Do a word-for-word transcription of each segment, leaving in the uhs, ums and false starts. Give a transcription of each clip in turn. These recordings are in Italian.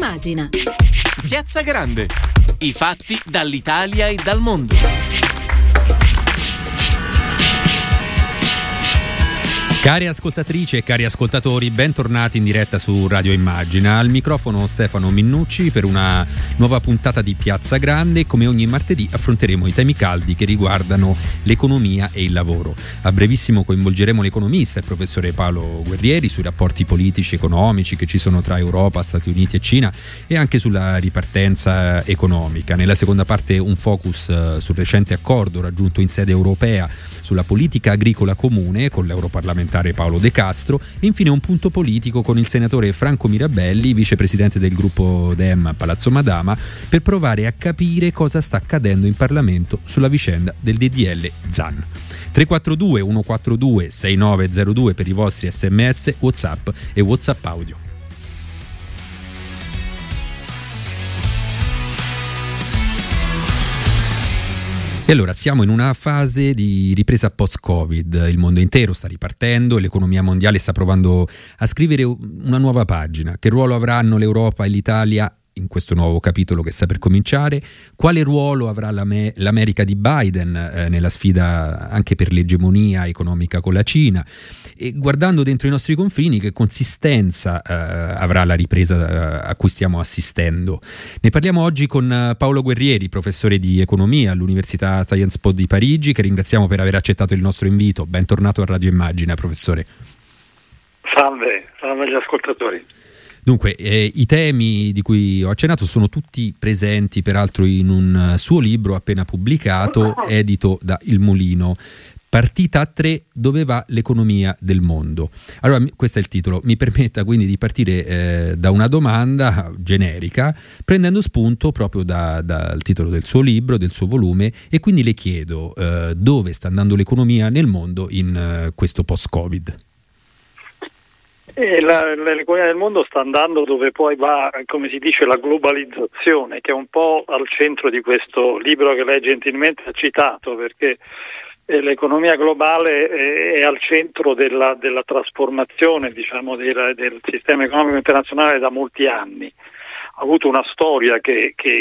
Immagina. Piazza Grande. I fatti dall'Italia e dal mondo. Cari ascoltatrici e cari ascoltatori, bentornati in diretta su Radio Immagina. Al microfono Stefano Minnucci per una nuova puntata di Piazza Grande. Come ogni martedì affronteremo i temi caldi che riguardano l'economia e il lavoro. A brevissimo coinvolgeremo l'economista, il professore Paolo Guerrieri, sui rapporti politici e economici che ci sono tra Europa, Stati Uniti e Cina e anche sulla ripartenza economica. Nella seconda parte un focus sul recente accordo raggiunto in sede europea sulla politica agricola comune con l'europarlamentare Paolo De Castro e infine un punto politico con il senatore Franco Mirabelli, vicepresidente del gruppo Dem a Palazzo Madama, per provare a capire cosa sta accadendo in Parlamento sulla vicenda del D D L Zan. tre quattro due uno quattro due sei nove zero due per i vostri sms, WhatsApp e WhatsApp audio. E allora siamo in una fase di ripresa post-Covid, il mondo intero sta ripartendo, l'economia mondiale sta provando a scrivere una nuova pagina. Che ruolo avranno l'Europa e l'Italia in questo nuovo capitolo che sta per cominciare? Quale ruolo avrà l'Ame- l'America di Biden eh, nella sfida anche per l'egemonia economica con la Cina? E guardando dentro i nostri confini, che consistenza eh, avrà la ripresa eh, a cui stiamo assistendo? Ne parliamo oggi con eh, Paolo Guerrieri, professore di economia all'Università Sciences Po di Parigi, che ringraziamo per aver accettato il nostro invito. Bentornato a Radio Immagina, professore. Salve, salve agli ascoltatori. Dunque, eh, i temi di cui ho accennato sono tutti presenti peraltro in un suo libro appena pubblicato, edito da Il Mulino. Partita a tre, dove va l'economia del mondo? Allora, questo è il titolo. Mi permetta quindi di partire eh, da una domanda generica, prendendo spunto proprio da, dal titolo del suo libro, del suo volume, e quindi le chiedo eh, dove sta andando l'economia nel mondo in eh, questo post-Covid? E la, l'economia del mondo sta andando dove poi va, come si dice, la globalizzazione, che è un po' al centro di questo libro che lei gentilmente ha citato, perché l'economia globale è al centro della, della trasformazione, diciamo, del, del sistema economico internazionale da molti anni. Ha avuto una storia che, che,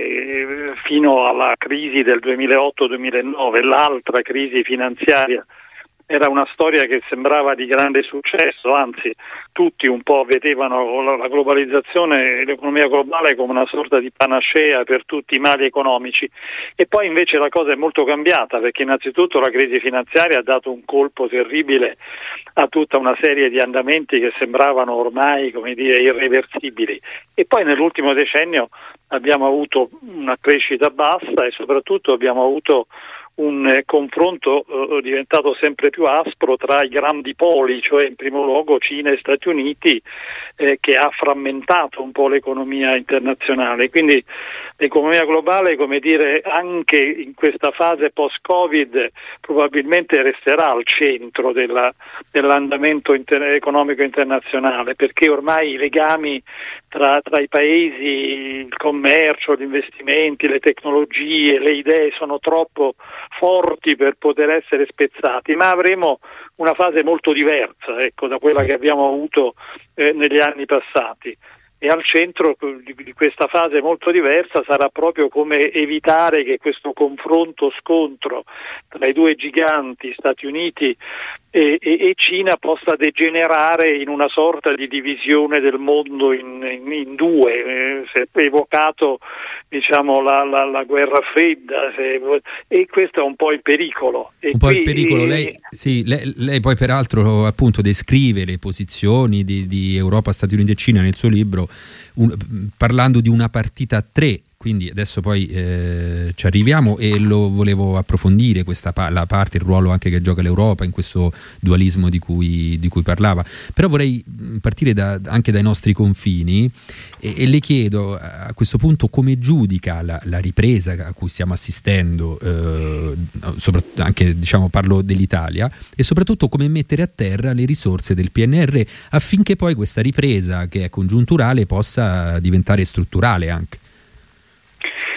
che fino alla crisi del duemilaotto duemilanove, l'altra crisi finanziaria, era una storia che sembrava di grande successo, anzi tutti un po' vedevano la globalizzazione e l'economia globale come una sorta di panacea per tutti i mali economici, e poi invece la cosa è molto cambiata, perché innanzitutto la crisi finanziaria ha dato un colpo terribile a tutta una serie di andamenti che sembravano ormai, come dire, irreversibili, e poi nell'ultimo decennio abbiamo avuto una crescita bassa e soprattutto abbiamo avuto un eh, confronto eh, diventato sempre più aspro tra i grandi poli, cioè in primo luogo Cina e Stati Uniti, eh, che ha frammentato un po' l'economia internazionale. Quindi l'economia globale, come dire, anche in questa fase post-Covid probabilmente resterà al centro della, dell'andamento inter- economico internazionale, perché ormai i legami tra, tra i paesi, il commercio, gli investimenti, le tecnologie, le idee sono troppo forti per poter essere spezzati, ma avremo una fase molto diversa, ecco, da quella che abbiamo avuto eh, negli anni passati. E al centro di, di questa fase molto diversa sarà proprio come evitare che questo confronto, scontro tra i due giganti, Stati Uniti e, e, e Cina, possa degenerare in una sorta di divisione del mondo in, in, in due. Eh, si è evocato, diciamo, la, la, la guerra fredda, se, e questo è un po' il pericolo. E un po' qui, il pericolo. Lei, sì, lei, lei poi peraltro appunto descrive le posizioni di, di Europa, Stati Uniti e Cina nel suo libro, un, parlando di una partita a tre. Quindi adesso poi eh, ci arriviamo, e lo volevo approfondire questa pa- la parte, il ruolo anche che gioca l'Europa in questo dualismo di cui, di cui parlava. Però vorrei partire da, anche dai nostri confini e, e le chiedo a questo punto come giudica la, la ripresa a cui stiamo assistendo, eh, soprattutto anche, diciamo, parlo dell'Italia, e soprattutto come mettere a terra le risorse del P N R R affinché poi questa ripresa, che è congiunturale, possa diventare strutturale anche.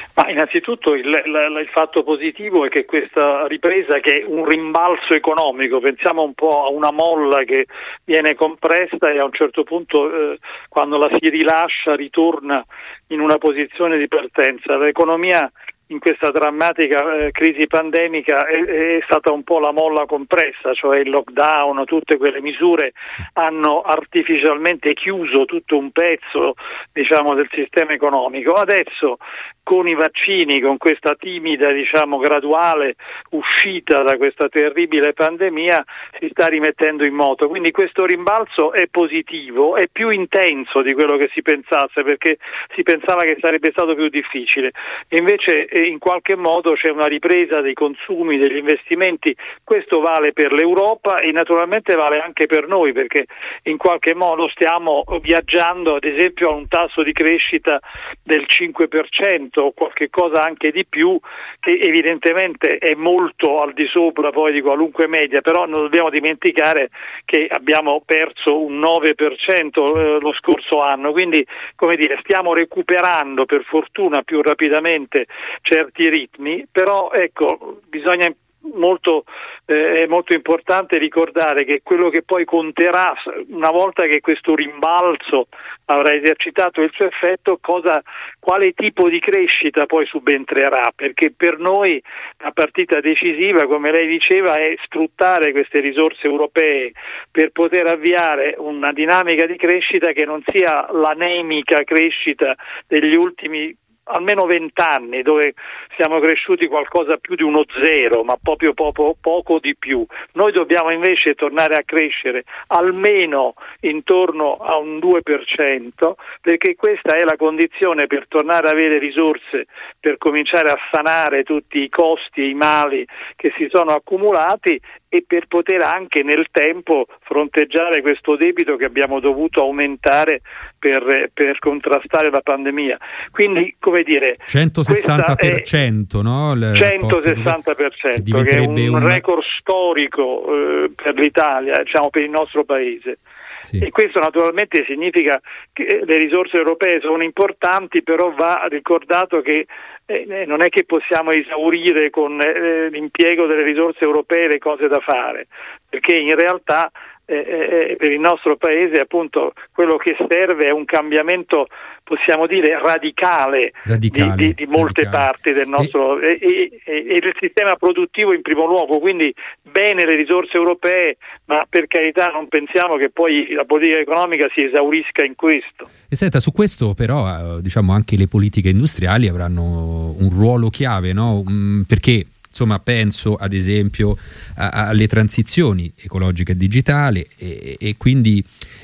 Ma innanzitutto il, il, il fatto positivo è che questa ripresa, che è un rimbalzo economico, pensiamo un po' a una molla che viene compressa e a un certo punto eh, quando la si rilascia ritorna in una posizione di partenza. L'economia in questa drammatica eh, crisi pandemica è, è stata un po' la molla compressa, cioè il lockdown, tutte quelle misure hanno artificialmente chiuso tutto un pezzo, diciamo, del sistema economico. Adesso con i vaccini, con questa timida, diciamo, graduale uscita da questa terribile pandemia, si sta rimettendo in moto. Quindi questo rimbalzo è positivo, è più intenso di quello che si pensasse, perché si pensava che sarebbe stato più difficile. E invece eh, in qualche modo c'è una ripresa dei consumi, degli investimenti. Questo vale per l'Europa e naturalmente vale anche per noi, perché in qualche modo stiamo viaggiando ad esempio a un tasso di crescita del cinque per cento o qualche cosa anche di più, che evidentemente è molto al di sopra poi di qualunque media, però non dobbiamo dimenticare che abbiamo perso un nove per cento eh, lo scorso anno, quindi come dire, stiamo recuperando per fortuna più rapidamente certi ritmi, però ecco, bisogna molto eh, è molto importante ricordare che quello che poi conterà una volta che questo rimbalzo avrà esercitato il suo effetto, cosa, quale tipo di crescita poi subentrerà, perché per noi la partita decisiva, come lei diceva, è sfruttare queste risorse europee per poter avviare una dinamica di crescita che non sia l'anemica crescita degli ultimi almeno vent'anni, dove siamo cresciuti qualcosa più di uno zero, ma proprio poco, poco di più. Noi dobbiamo invece tornare a crescere almeno intorno a un due per cento, perché questa è la condizione per tornare ad avere risorse per cominciare a sanare tutti i costi e i mali che si sono accumulati e per poter anche nel tempo fronteggiare questo debito che abbiamo dovuto aumentare per, per contrastare la pandemia. Quindi, come dire, centosessanta per cento, è, no? Il centosessanta per cento, che è un una... record storico eh, per l'Italia, diciamo per il nostro paese. Sì. E questo naturalmente significa che le risorse europee sono importanti, però va ricordato che eh, non è che possiamo esaurire con eh, l'impiego delle risorse europee le cose da fare, perché in realtà eh, eh, per il nostro paese appunto quello che serve è un cambiamento, possiamo dire, radicale, radicale di, di, di molte radicale. parti del nostro e, e, e, e del sistema produttivo in primo luogo. Quindi bene le risorse europee, ma per carità non pensiamo che poi la politica economica si esaurisca in questo. E senta, su questo però diciamo anche le politiche industriali avranno un ruolo chiave, no? Perché insomma penso ad esempio a, alle transizioni ecologica e digitale e, e quindi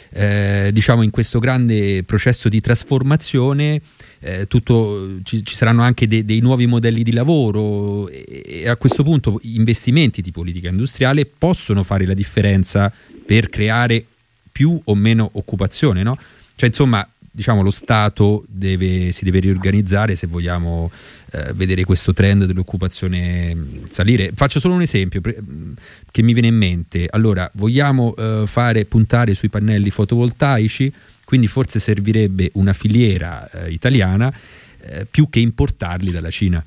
eh, diciamo in questo grande processo di trasformazione eh, tutto, ci, ci saranno anche de, dei nuovi modelli di lavoro e, e a questo punto investimenti di politica industriale possono fare la differenza per creare più o meno occupazione, no? Cioè insomma diciamo lo Stato deve, si deve riorganizzare se vogliamo eh, vedere questo trend dell'occupazione salire. Faccio solo un esempio pre- che mi viene in mente. Allora, vogliamo eh, fare puntare sui pannelli fotovoltaici, quindi forse servirebbe una filiera eh, italiana eh, più che importarli dalla Cina.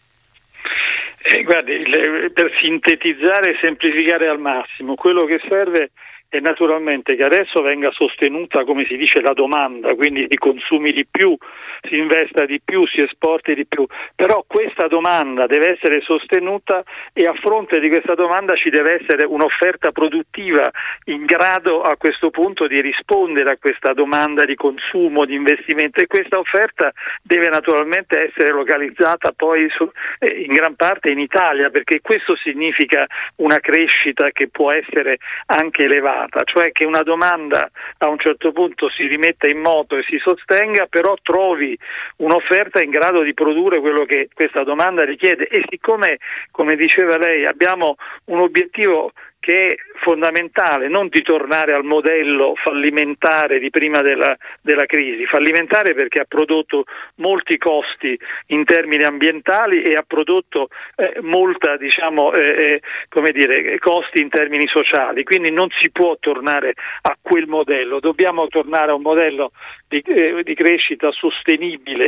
Eh, guardi, le, per sintetizzare e semplificare al massimo, quello che serve è naturalmente che adesso venga sostenuta, come si dice, la domanda, quindi si consumi di più, si investa di più, si esporti di più, però questa domanda deve essere sostenuta e a fronte di questa domanda ci deve essere un'offerta produttiva in grado a questo punto di rispondere a questa domanda di consumo, di investimento, e questa offerta deve naturalmente essere localizzata poi su, eh, in gran parte in Italia, perché questo significa una crescita che può essere anche elevata, cioè che una domanda a un certo punto si rimetta in moto e si sostenga, però trovi un'offerta in grado di produrre quello che questa domanda richiede. E siccome, come diceva lei, abbiamo un obiettivo che è fondamentale, non di tornare al modello fallimentare di prima della, della crisi, fallimentare perché ha prodotto molti costi in termini ambientali e ha prodotto eh, molta, diciamo, eh, come dire, costi in termini sociali, quindi non si può tornare a quel modello, dobbiamo tornare a un modello di, eh, di crescita sostenibile,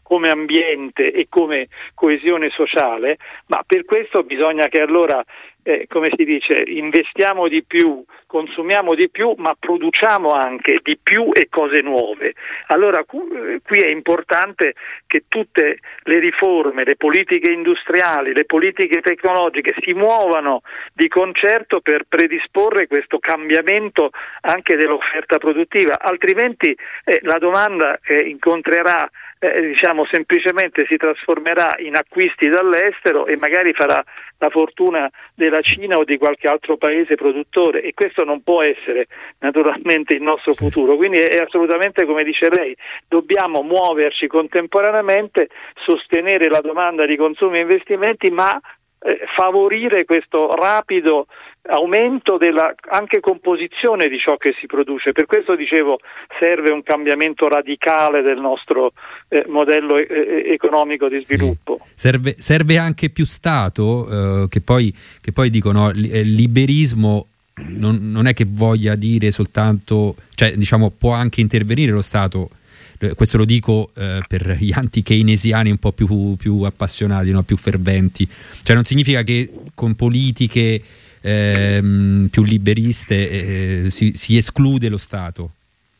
come ambiente e come coesione sociale, ma per questo bisogna che allora, eh, come si dice, investiamo di più, consumiamo di più, ma produciamo anche di più e cose nuove. Allora qui è importante che tutte le riforme, le politiche industriali, le politiche tecnologiche si muovano di concerto per predisporre questo cambiamento anche dell'offerta produttiva, altrimenti eh, la domanda eh, incontrerà Eh, diciamo semplicemente si trasformerà in acquisti dall'estero e magari farà la fortuna della Cina o di qualche altro paese produttore, e questo non può essere naturalmente il nostro futuro. Quindi è, è assolutamente come dice lei, dobbiamo muoverci contemporaneamente, sostenere la domanda di consumi e investimenti, ma eh, favorire questo rapido aumento della anche composizione di ciò che si produce. Per questo dicevo, serve un cambiamento radicale del nostro eh, modello eh, economico di sviluppo. Sì. Serve, serve anche più Stato, eh, che poi che poi dicono liberismo non, non è che voglia dire soltanto, cioè diciamo può anche intervenire lo Stato. Questo lo dico eh, per gli anti-keynesiani un po' più, più appassionati, no? Più ferventi. Cioè non significa che con politiche ehm, più liberiste eh, si, si esclude lo Stato.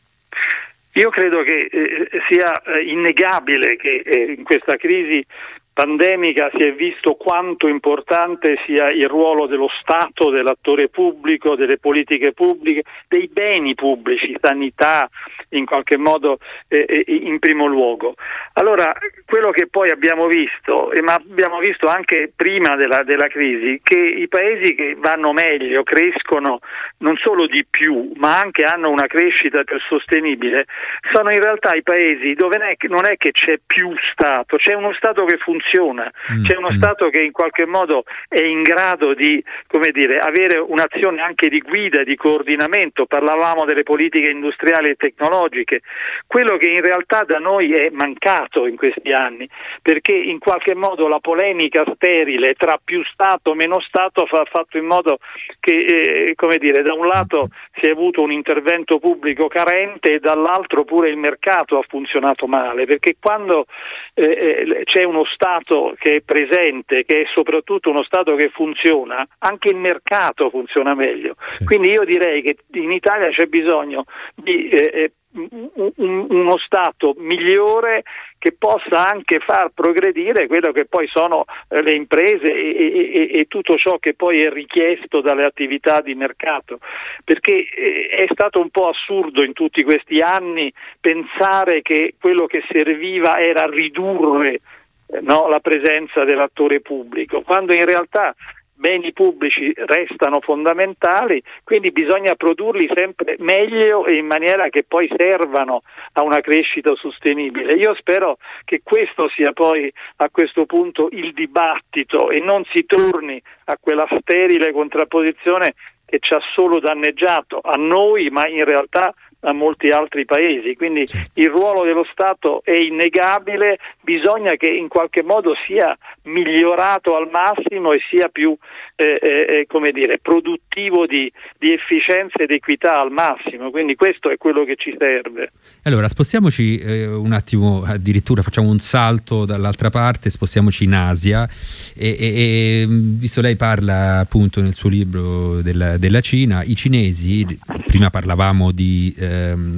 Io credo che eh, sia eh, innegabile che eh, in questa crisi pandemica si è visto quanto importante sia il ruolo dello Stato, dell'attore pubblico, delle politiche pubbliche, dei beni pubblici, sanità in qualche modo eh, in primo luogo. Allora, quello che poi abbiamo visto, e ma abbiamo visto anche prima della, della crisi, che i paesi che vanno meglio, crescono non solo di più, ma anche hanno una crescita più sostenibile, sono in realtà i paesi dove non è che, non è che c'è più Stato, c'è uno Stato che funziona. C'è uno Stato che in qualche modo è in grado di, come dire, avere un'azione anche di guida, di coordinamento. Parlavamo delle politiche industriali e tecnologiche, quello che in realtà da noi è mancato in questi anni, perché in qualche modo la polemica sterile tra più Stato, meno Stato ha fatto in modo che, eh, come dire, da un lato si è avuto un intervento pubblico carente e dall'altro pure il mercato ha funzionato male, perché quando eh, c'è uno Stato che è presente, che è soprattutto uno Stato che funziona, anche il mercato funziona meglio. Sì. Quindi io direi che in Italia c'è bisogno di eh, un, uno Stato migliore che possa anche far progredire quello che poi sono eh, le imprese e, e, e tutto ciò che poi è richiesto dalle attività di mercato, perché eh, è stato un po' assurdo in tutti questi anni pensare che quello che serviva era ridurre No, la presenza dell'attore pubblico, quando in realtà beni pubblici restano fondamentali, quindi bisogna produrli sempre meglio e in maniera che poi servano a una crescita sostenibile. Io spero che questo sia poi a questo punto il dibattito e non si torni a quella sterile contrapposizione che ci ha solo danneggiato a noi, ma in realtà a molti altri paesi. Quindi il ruolo dello Stato è innegabile, bisogna che in qualche modo sia migliorato al massimo e sia più eh, eh, come dire, produttivo di, di efficienza ed equità al massimo, quindi questo è quello che ci serve. Allora spostiamoci eh, un attimo, addirittura facciamo un salto dall'altra parte, spostiamoci in Asia e, e, e visto lei parla appunto nel suo libro della, della Cina, i cinesi, prima parlavamo di eh,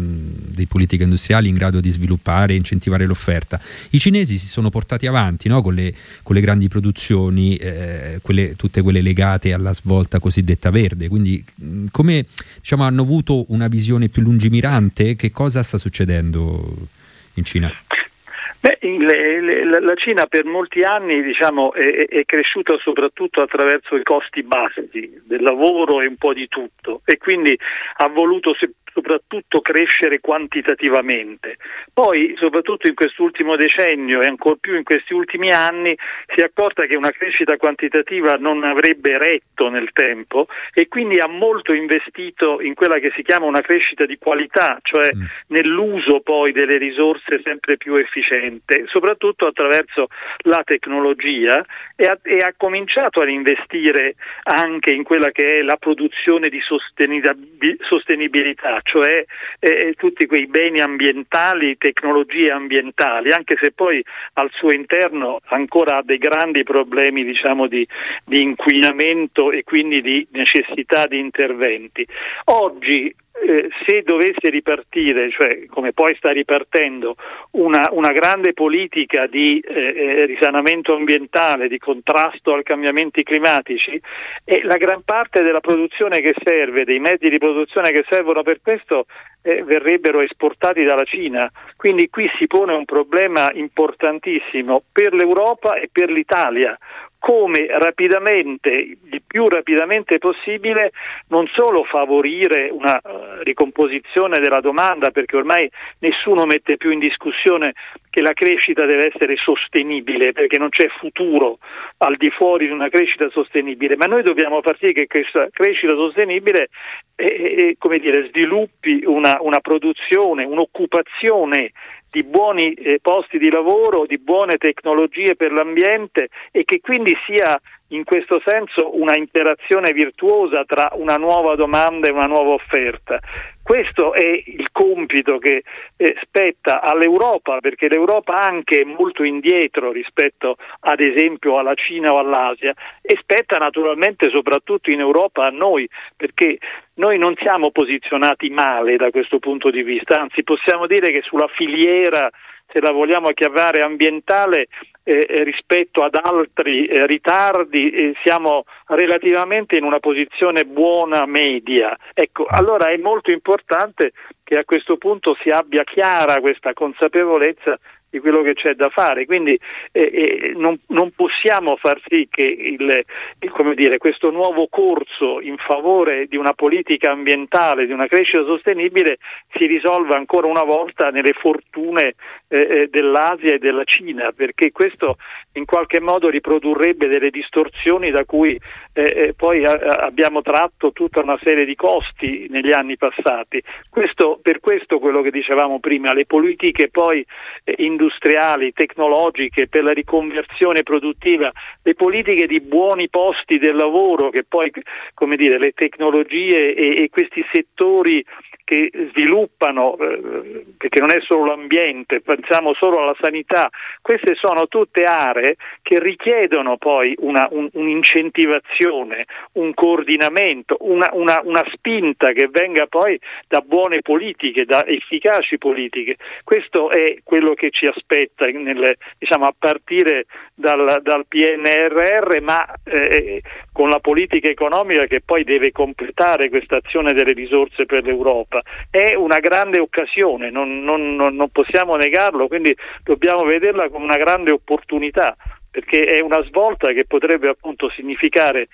di politiche industriali in grado di sviluppare e incentivare l'offerta. I cinesi si sono portati avanti, no? con, le, con le grandi produzioni, eh, quelle, tutte quelle legate alla svolta cosiddetta verde. Quindi come diciamo hanno avuto una visione più lungimirante? Che cosa sta succedendo in Cina? Beh, le, le, la Cina per molti anni diciamo, è, è cresciuta soprattutto attraverso i costi bassi del lavoro e un po' di tutto, e quindi ha voluto se, soprattutto crescere quantitativamente. Poi, soprattutto in quest'ultimo decennio e ancor più in questi ultimi anni, si è accorta che una crescita quantitativa non avrebbe retto nel tempo e quindi ha molto investito in quella che si chiama una crescita di qualità, cioè mm. nell'uso poi delle risorse sempre più efficiente, soprattutto attraverso la tecnologia, e ha, e ha cominciato ad investire anche in quella che è la produzione di sostenibilità, cioè eh, tutti quei beni ambientali, tecnologie ambientali, anche se poi al suo interno ancora ha dei grandi problemi, diciamo, di, di inquinamento e quindi di necessità di interventi. Oggi Eh, se dovesse ripartire, cioè come poi sta ripartendo, una, una grande politica di eh, risanamento ambientale, di contrasto ai cambiamenti climatici, e la gran parte della produzione che serve, dei mezzi di produzione che servono per questo, eh, verrebbero esportati dalla Cina. Quindi qui si pone un problema importantissimo per l'Europa e per l'Italia. Come rapidamente, il più rapidamente possibile, non solo favorire una uh, ricomposizione della domanda, perché ormai nessuno mette più in discussione che la crescita deve essere sostenibile, perché non c'è futuro al di fuori di una crescita sostenibile, ma noi dobbiamo far sì che questa crescita sostenibile eh, eh, come dire, sviluppi una, una produzione, un'occupazione di buoni eh, posti di lavoro, di buone tecnologie per l'ambiente, e che quindi sia in questo senso una interazione virtuosa tra una nuova domanda e una nuova offerta. Questo è il compito che eh, spetta all'Europa, perché l'Europa anche è molto indietro rispetto ad esempio alla Cina o all'Asia, e spetta naturalmente soprattutto in Europa a noi, perché noi non siamo posizionati male da questo punto di vista, anzi possiamo dire che sulla filiera, se la vogliamo chiamare ambientale, eh, rispetto ad altri eh, ritardi eh, siamo relativamente in una posizione buona media. Ecco, allora è molto importante che a questo punto si abbia chiara questa consapevolezza di quello che c'è da fare, quindi eh, eh, non, non possiamo far sì che il, il, come dire, questo nuovo corso in favore di una politica ambientale, di una crescita sostenibile, si risolva ancora una volta nelle fortune eh, dell'Asia e della Cina, perché questo in qualche modo riprodurrebbe delle distorsioni da cui eh, poi a, abbiamo tratto tutta una serie di costi negli anni passati. Questo, per questo quello che dicevamo prima, le politiche poi eh, industriali, tecnologiche, per la riconversione produttiva, le politiche di buoni posti del lavoro, che poi, come dire, le tecnologie e, e questi settori che sviluppano, eh, perché non è solo l'ambiente, pensiamo solo alla sanità, queste sono tutte aree che richiedono poi una, un, un'incentivazione, un coordinamento, una, una, una spinta che venga poi da buone politiche, da efficaci politiche. Questo è quello che ci aspetta nel, diciamo, a partire dal, dal P N R R, ma eh, con la politica economica che poi deve completare questa azione delle risorse per l'Europa. È una grande occasione, non, non, non possiamo negarlo, quindi dobbiamo vederla come una grande opportunità, perché è una svolta che potrebbe appunto significare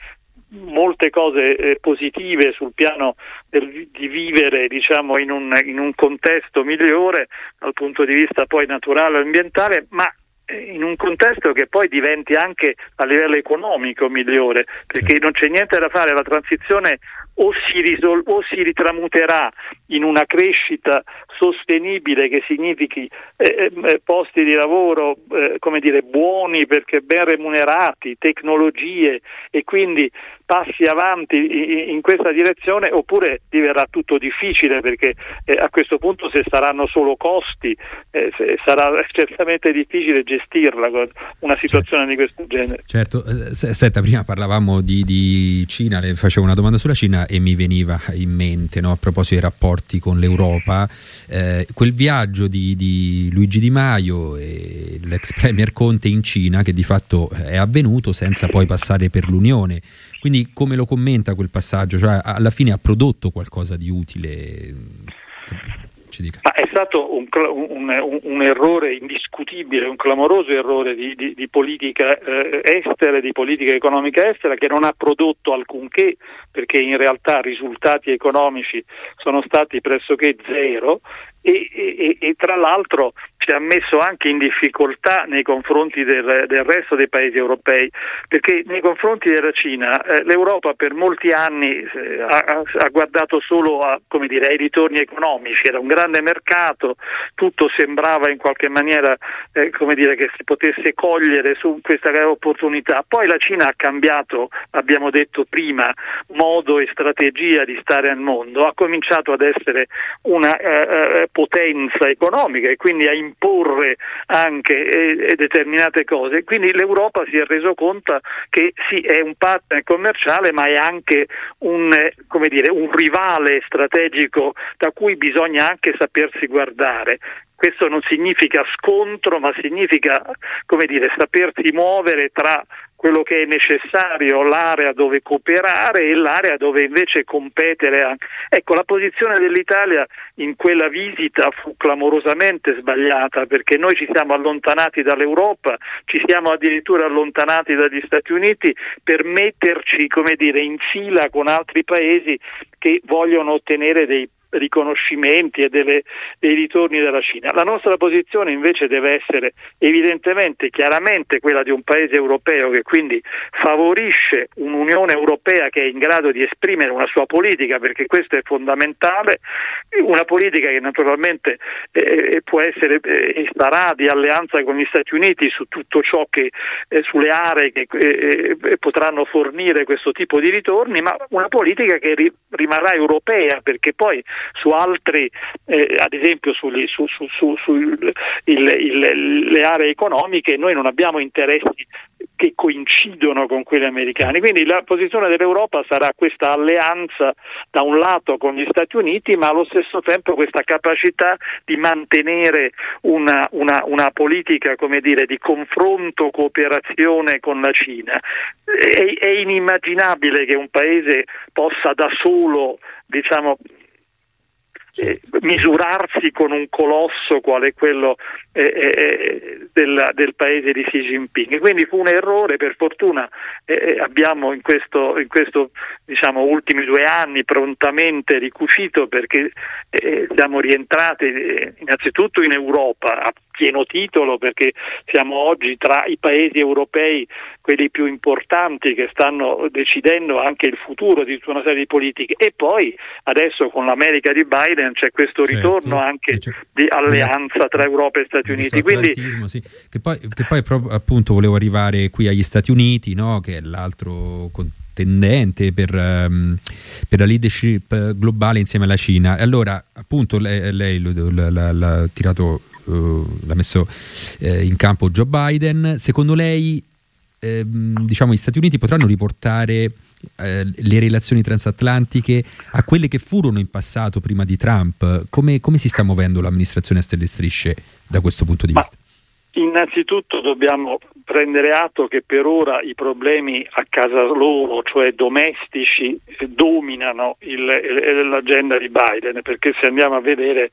molte cose eh, positive sul piano del, di vivere, diciamo, in un, in un contesto migliore dal punto di vista poi naturale e ambientale, ma in un contesto che poi diventi anche a livello economico migliore, perché non c'è niente da fare, la transizione o si, risol- o si ritramuterà in una crescita sostenibile che significhi eh, eh, posti di lavoro eh, come dire buoni perché ben remunerati, tecnologie, e quindi passi avanti in, in questa direzione, oppure diverrà tutto difficile, perché eh, a questo punto se saranno solo costi eh, sarà certamente difficile gestirla una situazione di questo genere. Certo, eh, senta, prima parlavamo di, di Cina, le facevo una domanda sulla Cina e mi veniva in mente, no, a proposito dei rapporti con l'Europa, eh, quel viaggio di, di Luigi Di Maio e l'ex premier Conte in Cina, che di fatto è avvenuto senza poi passare per l'Unione. Quindi come lo commenta quel passaggio? Cioè, alla fine ha prodotto qualcosa di utile? Ci dica. Ma è stato un, un, un, un errore indiscutibile, un clamoroso errore di, di, di politica eh, estera, di politica economica estera, che non ha prodotto alcunché, perché in realtà risultati economici sono stati pressoché zero, e, e, e tra l'altro ci ha messo anche in difficoltà nei confronti del, del resto dei paesi europei, perché nei confronti della Cina eh, l'Europa per molti anni eh, ha, ha guardato solo a, come dire, ai ritorni economici, era un grande mercato, tutto sembrava in qualche maniera eh, come dire, che si potesse cogliere su questa opportunità. Poi la Cina ha cambiato, abbiamo detto prima, modo e strategia di stare al mondo, ha cominciato ad essere una eh, potenza economica e quindi a imporre anche eh, determinate cose. Quindi l'Europa si è reso conto che sì, è un partner commerciale, ma è anche un, eh, come dire, un rivale strategico da cui bisogna anche sapersi guardare. Questo non significa scontro, ma significa, come dire, sapersi muovere tra quello che è necessario, l'area dove cooperare e l'area dove invece competere. Ecco, la posizione dell'Italia in quella visita fu clamorosamente sbagliata, perché noi ci siamo allontanati dall'Europa, ci siamo addirittura allontanati dagli Stati Uniti per metterci, come dire, in fila con altri paesi che vogliono ottenere dei riconoscimenti e delle, dei ritorni dalla Cina. La nostra posizione invece deve essere evidentemente, chiaramente quella di un paese europeo che quindi favorisce un'Unione Europea che è in grado di esprimere una sua politica, perché questo è fondamentale, una politica che naturalmente eh, può essere e eh, sarà di alleanza con gli Stati Uniti su tutto ciò che eh, sulle aree che eh, potranno fornire questo tipo di ritorni, ma una politica che ri- rimarrà europea, perché poi su altri, eh, ad esempio sugli, su, su, su, su il, il, il, le aree economiche, noi non abbiamo interessi che coincidono con quelli americani, quindi la posizione dell'Europa sarà questa alleanza da un lato con gli Stati Uniti, ma allo stesso tempo questa capacità di mantenere una, una, una politica, come dire, di confronto, cooperazione con la Cina. È, è inimmaginabile che un paese possa da solo, diciamo, Eh, misurarsi con un colosso quale quello eh, eh, del, del paese di Xi Jinping. Quindi fu un errore. Per fortuna eh, abbiamo in questo, in questo diciamo ultimi due anni prontamente ricucito, perché eh, siamo rientrati eh, innanzitutto in Europa a pieno titolo, perché siamo oggi tra i paesi europei quelli più importanti che stanno decidendo anche il futuro di tutta una serie di politiche, e poi adesso con l'America di Biden c'è questo ritorno, certo, anche di alleanza tra Europa e Stati Uniti. Quindi sì. che poi, che poi proprio, appunto volevo arrivare qui agli Stati Uniti, no? Che è l'altro contendente per, um, per la leadership globale insieme alla Cina. Allora, appunto, lei, lei l'ha, l'ha, l'ha tirato, uh, l'ha messo uh, in campo Joe Biden. Secondo lei, eh, diciamo, gli Stati Uniti potranno riportare Eh, le relazioni transatlantiche a quelle che furono in passato prima di Trump? Come, come si sta muovendo l'amministrazione a stelle e strisce da questo punto di Ma vista? Innanzitutto dobbiamo prendere atto che per ora i problemi a casa loro, cioè domestici, dominano il, l'agenda di Biden, perché se andiamo a vedere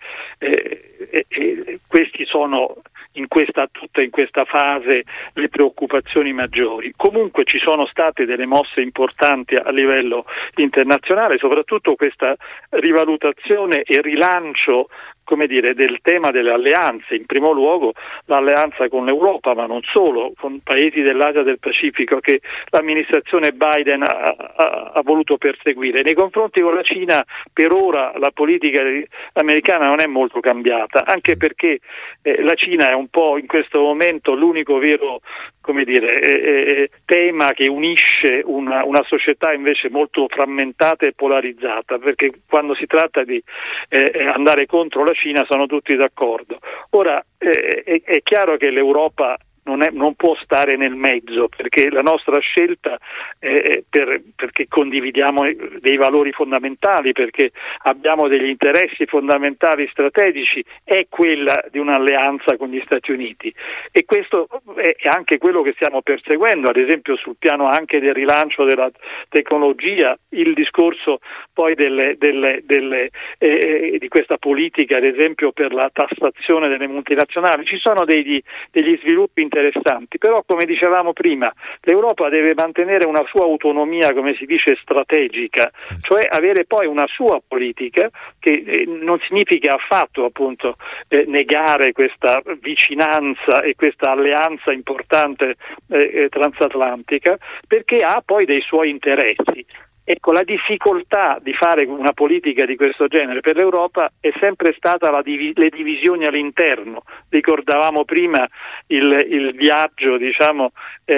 eh, eh, questi sono in questa, tutta in questa fase le preoccupazioni maggiori. Comunque ci sono state delle mosse importanti a livello internazionale, soprattutto questa rivalutazione e rilancio, come dire, del tema delle alleanze, in primo luogo l'alleanza con l'Europa, ma non solo, con paesi dell'Asia del Pacifico che l'amministrazione Biden ha, ha, ha voluto perseguire. Nei confronti con la Cina per ora la politica americana non è molto cambiata, anche perché eh, la Cina è un po' in questo momento l'unico vero, come dire, eh, tema che unisce una, una società invece molto frammentata e polarizzata, perché quando si tratta di eh, andare contro la Cina sono tutti d'accordo. Ora eh, è, è chiaro che l'Europa non, è, non può stare nel mezzo, perché la nostra scelta è per, perché condividiamo dei valori fondamentali, perché abbiamo degli interessi fondamentali strategici, è quella di un'alleanza con gli Stati Uniti, e questo è anche quello che stiamo perseguendo, ad esempio sul piano anche del rilancio della tecnologia, il discorso poi delle, delle, delle, eh, di questa politica, ad esempio per la tassazione delle multinazionali. Ci sono degli, degli sviluppi interessanti, però come dicevamo prima l'Europa deve mantenere una sua autonomia, come si dice, strategica, cioè avere poi una sua politica che eh, non significa affatto appunto eh, negare questa vicinanza e questa alleanza importante eh, transatlantica, perché ha poi dei suoi interessi. Ecco, la difficoltà di fare una politica di questo genere per l'Europa è sempre stata la div- le divisioni all'interno. Ricordavamo prima il, il viaggio, diciamo, eh,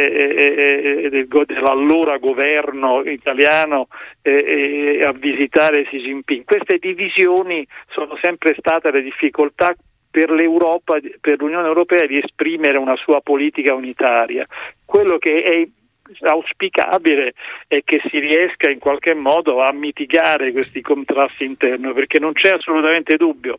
eh, eh, del, dell'allora governo italiano eh, eh, a visitare Xi Jinping. Queste divisioni sono sempre state le difficoltà per l'Europa, per l'Unione Europea, di esprimere una sua politica unitaria. Quello che è auspicabile è che si riesca in qualche modo a mitigare questi contrasti interni, perché non c'è assolutamente dubbio,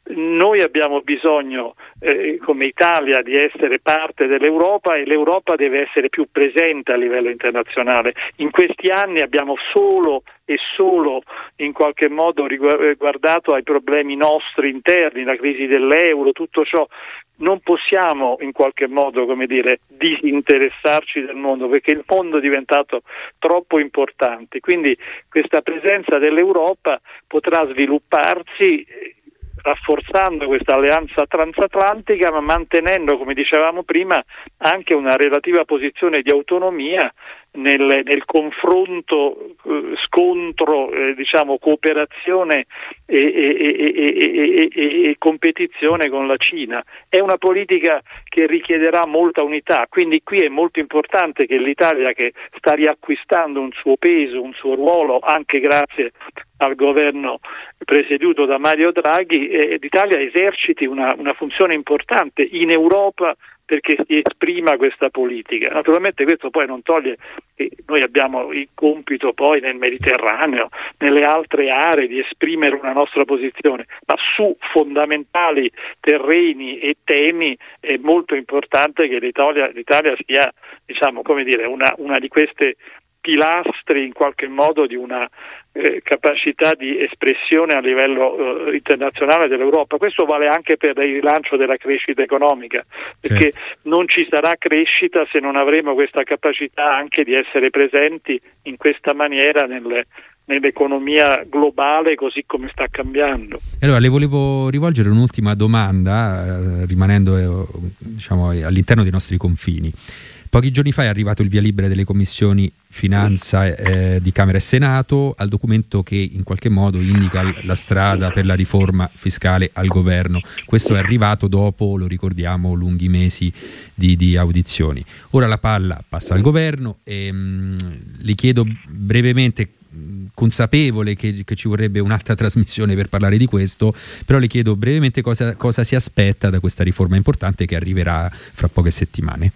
noi abbiamo bisogno eh, come Italia di essere parte dell'Europa e l'Europa deve essere più presente a livello internazionale. In questi anni abbiamo solo e solo in qualche modo riguardato ai problemi nostri interni, la crisi dell'euro, tutto ciò. Non possiamo in qualche modo, come dire, disinteressarci del mondo, perché il mondo è diventato troppo importante. Quindi questa presenza dell'Europa potrà svilupparsi rafforzando questa alleanza transatlantica, ma mantenendo, come dicevamo prima, anche una relativa posizione di autonomia nel, nel confronto, eh, scontro, eh, diciamo cooperazione e, e, e, e, e, e competizione con la Cina. È una politica che richiederà molta unità, quindi qui è molto importante che l'Italia, che sta riacquistando un suo peso, un suo ruolo, anche grazie al governo presieduto da Mario Draghi, eh, l'Italia eserciti una, una funzione importante in Europa perché si esprima questa politica. Naturalmente questo poi non toglie che noi abbiamo il compito poi nel Mediterraneo, nelle altre aree, di esprimere una nostra posizione, ma su fondamentali terreni e temi è molto importante che l'Italia, l'Italia sia, diciamo, come dire, una, una di queste pilastri in qualche modo di una eh, capacità di espressione a livello eh, internazionale dell'Europa. Questo vale anche per il rilancio della crescita economica, perché certo, non ci sarà crescita se non avremo questa capacità anche di essere presenti in questa maniera nelle nell'economia globale così come sta cambiando. Allora le volevo rivolgere un'ultima domanda, eh, rimanendo eh, diciamo all'interno dei nostri confini. Pochi giorni fa è arrivato il via libera delle commissioni Finanza eh, di Camera e Senato al documento che in qualche modo indica la strada per la riforma fiscale al governo. Questo è arrivato dopo, lo ricordiamo, lunghi mesi di, di audizioni. Ora la palla passa al governo e mh, le chiedo brevemente, consapevole che, che ci vorrebbe un'altra trasmissione per parlare di questo, però le chiedo brevemente cosa, cosa si aspetta da questa riforma importante che arriverà fra poche settimane.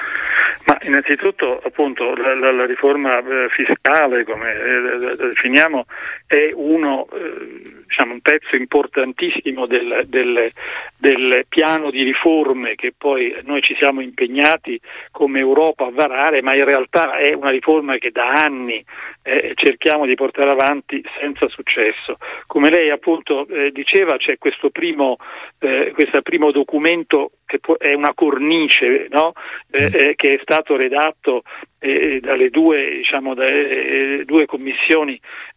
Ma innanzitutto appunto la, la, la riforma eh, fiscale, come eh, la definiamo, è uno eh, diciamo un pezzo importantissimo del, del, del piano di riforme che poi noi ci siamo impegnati come Europa a varare, ma in realtà è una riforma che da anni eh, cerchiamo di portare avanti senza successo. Come lei appunto eh, diceva, c'è questo primo eh, questo primo documento che è una cornice, no? eh, eh, che è stato redatto eh, dalle due, diciamo, dalle, eh, due commissioni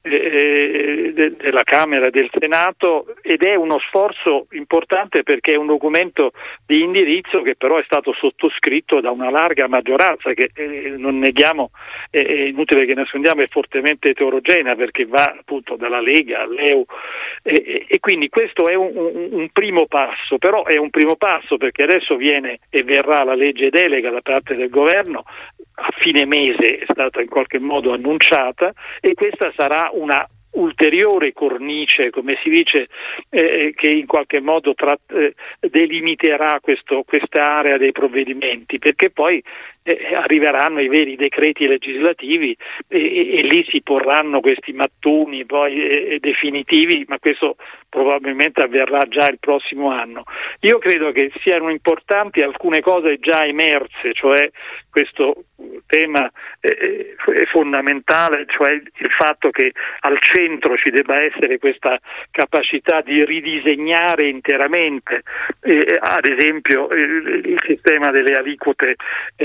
eh, de, della Camera e del Senato, ed è uno sforzo importante perché è un documento di indirizzo che però è stato sottoscritto da una larga maggioranza che eh, non neghiamo, eh, è inutile che nascondiamo, è fortemente eterogenea perché va appunto dalla Lega all'E U eh, e quindi questo è un, un, un primo passo, però è un primo passo perché adesso viene e verrà la legge delega da parte del governo, a fine mese è stata in qualche modo annunciata e questa sarà una ulteriore cornice, come si dice, eh, che in qualche modo tra, eh, delimiterà questo, questa area dei provvedimenti, perché poi eh, arriveranno i veri decreti legislativi e, e, e lì si porranno questi mattoni poi eh, definitivi, ma questo probabilmente avverrà già il prossimo anno. Io credo che siano importanti alcune cose già emerse, cioè questo tema eh, è fondamentale, cioè il fatto che al centro ci debba essere questa capacità di ridisegnare interamente eh, ad esempio eh, il sistema delle aliquote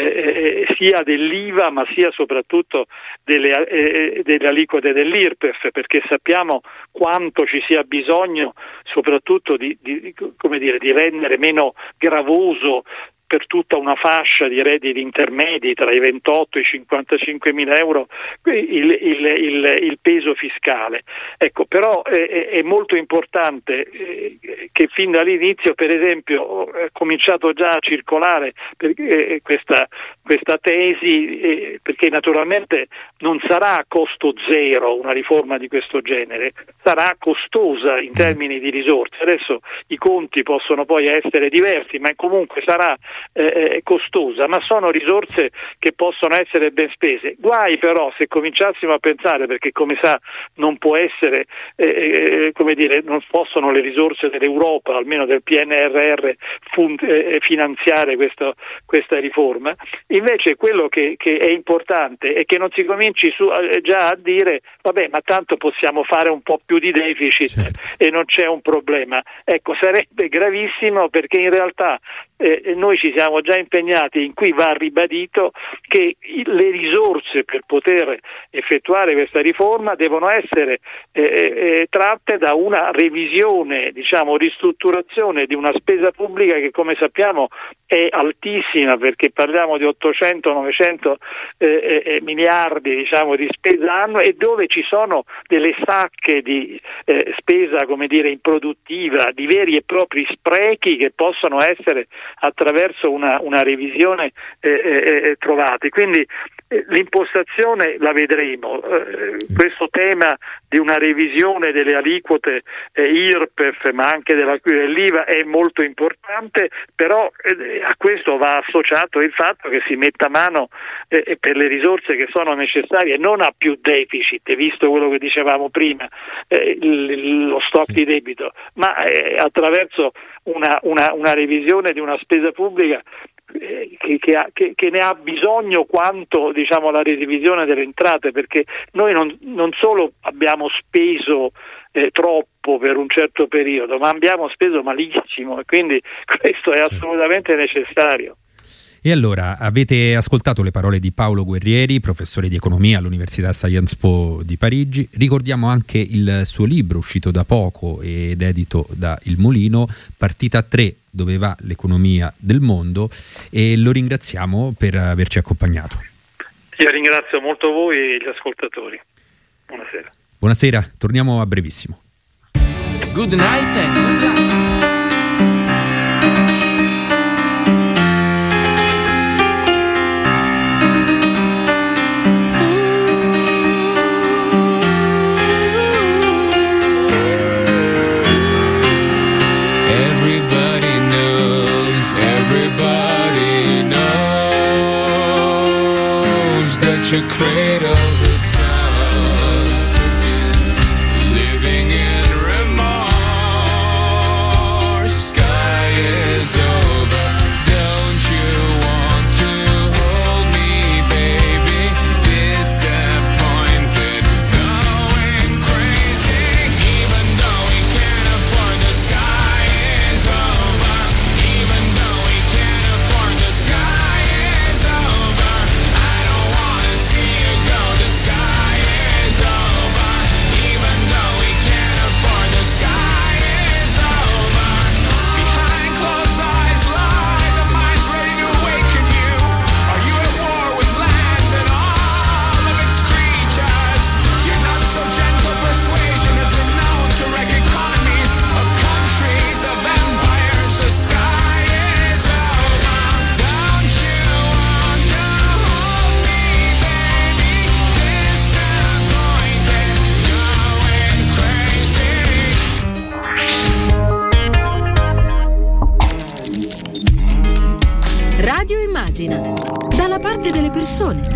eh, sia dell'I V A ma sia soprattutto delle, eh, delle aliquote dell'I R P E F, perché sappiamo quanto ci sia bisogno soprattutto di, di, come dire, di rendere meno gravoso per tutta una fascia di redditi intermedi tra i ventotto e i cinquantacinque mila euro il, il, il, il peso fiscale. Ecco, però è, è molto importante eh, che fin dall'inizio, per esempio, è cominciato già a circolare perché, questa, questa tesi, eh, perché naturalmente non sarà a costo zero una riforma di questo genere, sarà costosa in termini di risorse. Adesso i conti possono poi essere diversi, ma comunque sarà Eh, costosa, ma sono risorse che possono essere ben spese. Guai però se cominciassimo a pensare, perché come sa non può essere eh, come dire, non possono le risorse dell'Europa, almeno del P N R R, fun- eh, finanziare questo, questa riforma. Invece quello che, che è importante è che non si cominci su, eh, già a dire vabbè, ma tanto possiamo fare un po' più di deficit, certo, e non c'è un problema. Ecco, sarebbe gravissimo, perché in realtà eh, noi ci siamo già impegnati, in cui va ribadito che le risorse per poter effettuare questa riforma devono essere eh, eh, tratte da una revisione, diciamo ristrutturazione di una spesa pubblica che, come sappiamo, è altissima, perché parliamo di ottocento novecento eh, eh, miliardi diciamo di spesa annua, e dove ci sono delle sacche di eh, spesa, come dire, improduttiva, di veri e propri sprechi che possono essere attraverso una, una revisione eh, eh, trovati. Quindi eh, l'impostazione la vedremo. Eh, questo tema di una revisione delle aliquote eh, I R P E F, ma anche della, dell'I V A, è molto importante, però eh, a questo va associato il fatto che si metta mano eh, per le risorse che sono necessarie, non a più deficit, visto quello che dicevamo prima, eh, il, lo stock di debito, ma eh, attraverso una, una, una revisione di una spesa pubblica eh, che, che, ha, che, che ne ha bisogno quanto, diciamo, la revisione delle entrate, perché noi non, non solo abbiamo speso eh, troppo per un certo periodo, ma abbiamo speso malissimo, e quindi questo è assolutamente necessario. E allora, avete ascoltato le parole di Paolo Guerrieri, professore di economia all'Università Sciences Po di Parigi. Ricordiamo anche il suo libro, uscito da poco ed edito da Il Mulino, Partita tre, dove va l'economia del mondo, e lo ringraziamo per averci accompagnato. Io ringrazio molto voi e gli ascoltatori. Buonasera. Buonasera, torniamo a brevissimo. Good night and good luck. To cradle the sun, living in remorse. Sky is over. Don't you want to hold me, baby? Disappointed, going crazy. Even though we can't afford, the sky is over. Even though we can't afford, the sky is over. I don't wanna see you go, the sky is over. Even though we can't afford, the sky is over. Behind closed eyes lie the minds ready to awaken you. Are you at war with land and all of its creatures? Your not so gentle persuasion has been known to wreck economies of countries, of empires. The sky is over. Don't you want to hold me, baby? Disappointed, going crazy. Radio Immagine. Immagina, dalla parte delle persone.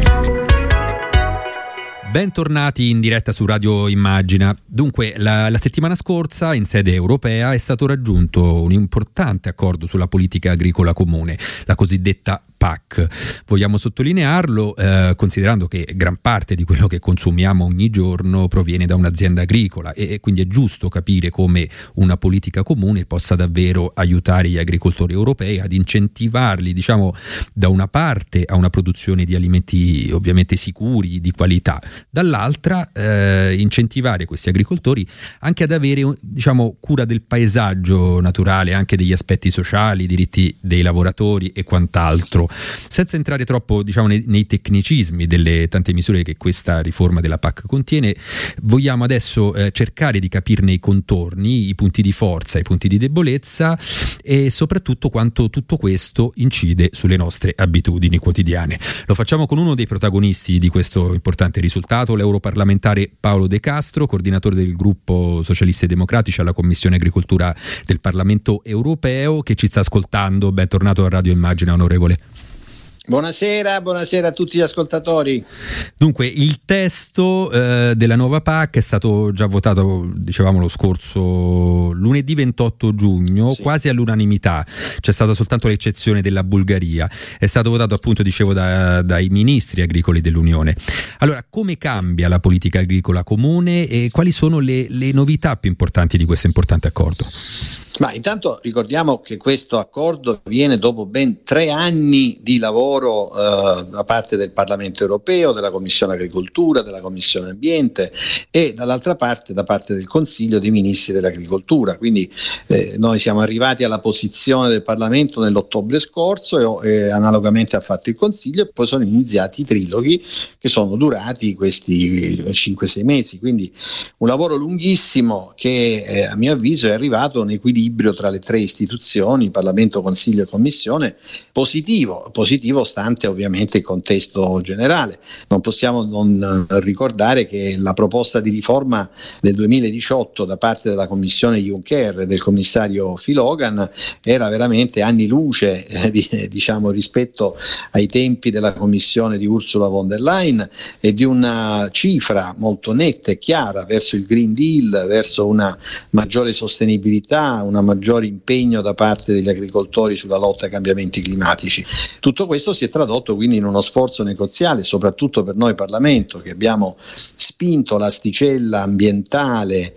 Bentornati in diretta su Radio Immagina. Dunque, la, la settimana scorsa in sede europea è stato raggiunto un importante accordo sulla politica agricola comune, la cosiddetta P A C. Vogliamo sottolinearlo eh, considerando che gran parte di quello che consumiamo ogni giorno proviene da un'azienda agricola e, e quindi è giusto capire come una politica comune possa davvero aiutare gli agricoltori europei ad incentivarli, diciamo, da una parte a una produzione di alimenti ovviamente sicuri, di qualità, dall'altra eh, incentivare questi agricoltori anche ad avere, diciamo, cura del paesaggio naturale, anche degli aspetti sociali, diritti dei lavoratori e quant'altro. Senza entrare troppo, diciamo, nei, nei tecnicismi delle tante misure che questa riforma della P A C contiene, vogliamo adesso eh, cercare di capirne i contorni, i punti di forza, i punti di debolezza e soprattutto quanto tutto questo incide sulle nostre abitudini quotidiane. Lo facciamo con uno dei protagonisti di questo importante risultato, l'europarlamentare Paolo De Castro, coordinatore del gruppo Socialisti e Democratici alla Commissione Agricoltura del Parlamento Europeo, che ci sta ascoltando. Bentornato a Radio Immagina, onorevole. Buonasera, buonasera a tutti gli ascoltatori. Dunque, il testo eh, della nuova P A C è stato già votato, dicevamo, lo scorso lunedì ventotto giugno, sì, quasi all'unanimità. C'è stata soltanto l'eccezione della Bulgaria. È stato votato, appunto, dicevo, da, dai ministri agricoli dell'Unione. Allora, come cambia la politica agricola comune e quali sono le, le novità più importanti di questo importante accordo? Ma intanto ricordiamo che questo accordo viene dopo ben tre anni di lavoro eh, da parte del Parlamento europeo, della Commissione Agricoltura, della Commissione Ambiente e dall'altra parte da parte del Consiglio dei Ministri dell'Agricoltura. Quindi eh, noi siamo arrivati alla posizione del Parlamento nell'ottobre scorso e, e analogamente ha fatto il Consiglio, e poi sono iniziati i triloghi che sono durati questi cinque sei mesi. Quindi un lavoro lunghissimo che eh, a mio avviso è arrivato a un equilibrio tra le tre istituzioni, Parlamento, Consiglio e Commissione, positivo, positivo stante ovviamente il contesto generale. Non possiamo non ricordare che la proposta di riforma del duemiladiciotto da parte della Commissione Juncker e del commissario Phil Hogan era veramente anni luce eh, di, diciamo, rispetto ai tempi della Commissione di Ursula von der Leyen e di una cifra molto netta e chiara verso il Green Deal, verso una maggiore sostenibilità, un maggiore impegno da parte degli agricoltori sulla lotta ai cambiamenti climatici. Tutto questo si è tradotto quindi in uno sforzo negoziale, soprattutto per noi Parlamento, che abbiamo spinto l'asticella ambientale,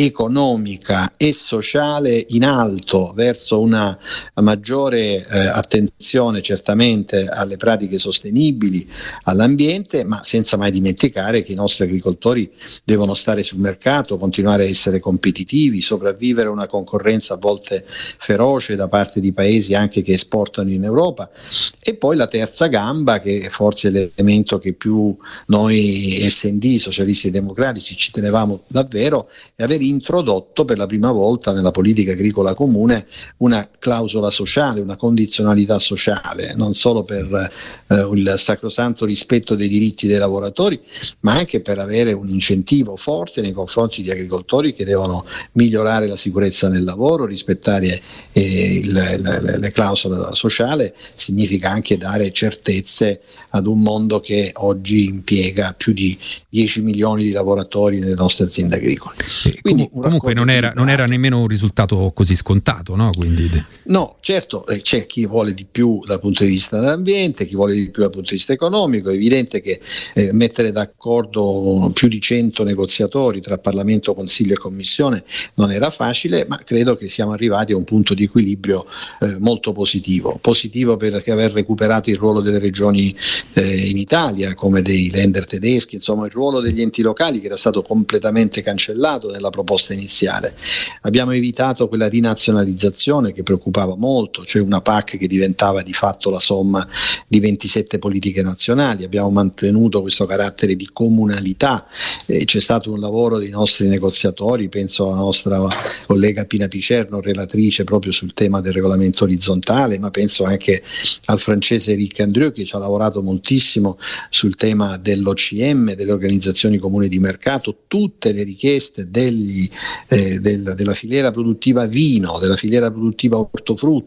economica e sociale in alto verso una maggiore eh, attenzione certamente alle pratiche sostenibili, all'ambiente, ma senza mai dimenticare che i nostri agricoltori devono stare sul mercato, continuare a essere competitivi, sopravvivere a una concorrenza a volte feroce da parte di paesi anche che esportano in Europa. E poi la terza gamba, che forse è l'elemento che più noi S and D, Socialisti e Democratici, ci tenevamo davvero, è aver introdotto per la prima volta nella politica agricola comune una clausola sociale, una condizionalità sociale, non solo per eh, il sacrosanto rispetto dei diritti dei lavoratori, ma anche per avere un incentivo forte nei confronti di agricoltori che devono migliorare la sicurezza nel lavoro, rispettare eh, il, le, le clausole sociali. Significa anche dare certezze ad un mondo che oggi impiega più di dieci milioni di lavoratori nelle nostre aziende agricole. Quindi, Com- comunque non era, non era nemmeno un risultato così scontato, no? Quindi... No, certo, eh, c'è chi vuole di più dal punto di vista dell'ambiente, chi vuole di più dal punto di vista economico. È evidente che eh, mettere d'accordo più di cento negoziatori tra Parlamento, Consiglio e Commissione non era facile, ma credo che siamo arrivati a un punto di equilibrio eh, molto positivo. Positivo perché aver recuperato il ruolo delle regioni eh, in Italia, come dei Länder tedeschi, insomma il ruolo degli enti locali che era stato completamente cancellato nella proposta iniziale. Abbiamo evitato quella rinazionalizzazione che preoccupava molto, cioè una P A C che diventava di fatto la somma di ventisette politiche nazionali. Abbiamo mantenuto questo carattere di comunalità, eh, c'è stato un lavoro dei nostri negoziatori, penso alla nostra collega Pina Picerno, relatrice proprio sul tema del regolamento orizzontale, ma penso anche al francese Eric Andrieu che ci ha lavorato moltissimo sul tema dell'O C M, delle organizzazioni comuni di mercato. Tutte le richieste degli, eh, del, della filiera produttiva vino, della filiera produttiva ortofrutta,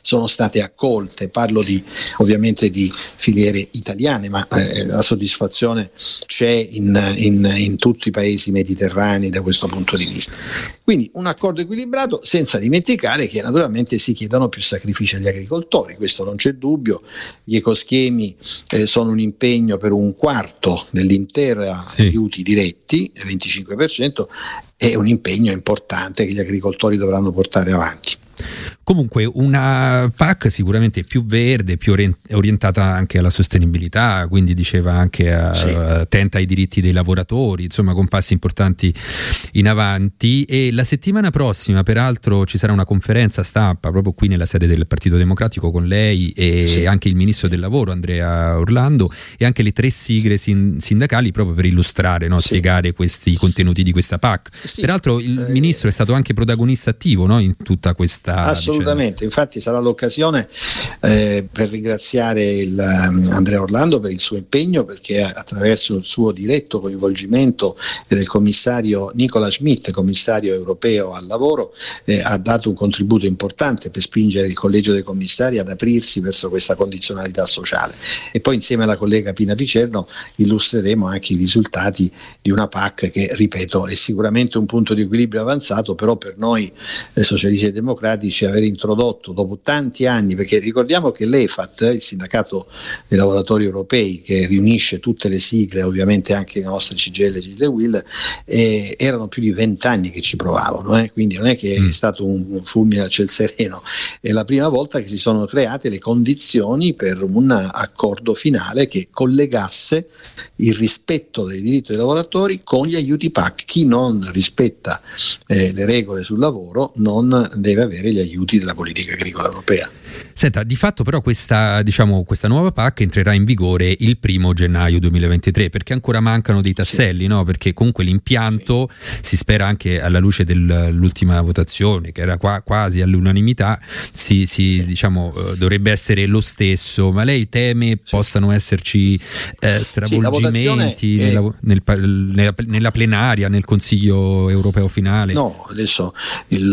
sono state accolte. Parlo di ovviamente di filiere italiane, ma eh, la soddisfazione c'è in, in, in tutti i paesi mediterranei da questo punto di vista. Quindi un accordo equilibrato, senza dimenticare che naturalmente si chiedono più sacrifici agli agricoltori, questo non c'è dubbio. Gli ecoschemi eh, sono un impegno per un quarto dell'intera sì. aiuti diretti, il venticinque per cento, è un impegno importante che gli agricoltori dovranno portare avanti. Comunque una P A C sicuramente più verde, più orientata anche alla sostenibilità, quindi diceva anche a, sì. attenta ai diritti dei lavoratori, insomma con passi importanti in avanti. E la settimana prossima peraltro ci sarà una conferenza stampa proprio qui nella sede del Partito Democratico con lei e sì. anche il Ministro del Lavoro Andrea Orlando e anche le tre sigle sin- sindacali proprio per illustrare, no? sì. spiegare questi contenuti di questa P A C. Sì. Peraltro il eh, Ministro è stato anche protagonista attivo, no? in tutta questa assolutamente, infatti sarà l'occasione eh, per ringraziare il, um, Andrea Orlando per il suo impegno, perché attraverso il suo diretto coinvolgimento e del commissario Nicola Schmidt, commissario europeo al lavoro, eh, ha dato un contributo importante per spingere il collegio dei commissari ad aprirsi verso questa condizionalità sociale. E poi insieme alla collega Pina Picerno illustreremo anche i risultati di una P A C che, ripeto, è sicuramente un punto di equilibrio avanzato, però per noi eh, socialisti e democratici aver introdotto dopo tanti anni, perché ricordiamo che l'E F A T, il sindacato dei lavoratori europei che riunisce tutte le sigle, ovviamente anche le nostre C G I L, C I S L e U I L, eh, erano più di vent'anni che ci provavano, eh? quindi non è che è stato un fulmine a ciel sereno, è la prima volta che si sono create le condizioni per un accordo finale che collegasse il rispetto dei diritti dei lavoratori con gli aiuti P A C. Chi non rispetta eh, le regole sul lavoro non deve avere gli aiuti della politica agricola europea. Senta, di fatto però questa, diciamo, questa nuova P A C entrerà in vigore il primo gennaio duemilaventitré, perché ancora mancano dei tasselli, sì. no? Perché comunque l'impianto sì. si spera, anche alla luce dell'ultima votazione che era qua, quasi all'unanimità, si, si sì. diciamo uh, dovrebbe essere lo stesso, ma lei teme sì. possano esserci eh, stravolgimenti sì, nella, è... nel, nella, nella plenaria, nel Consiglio europeo finale? No, adesso il,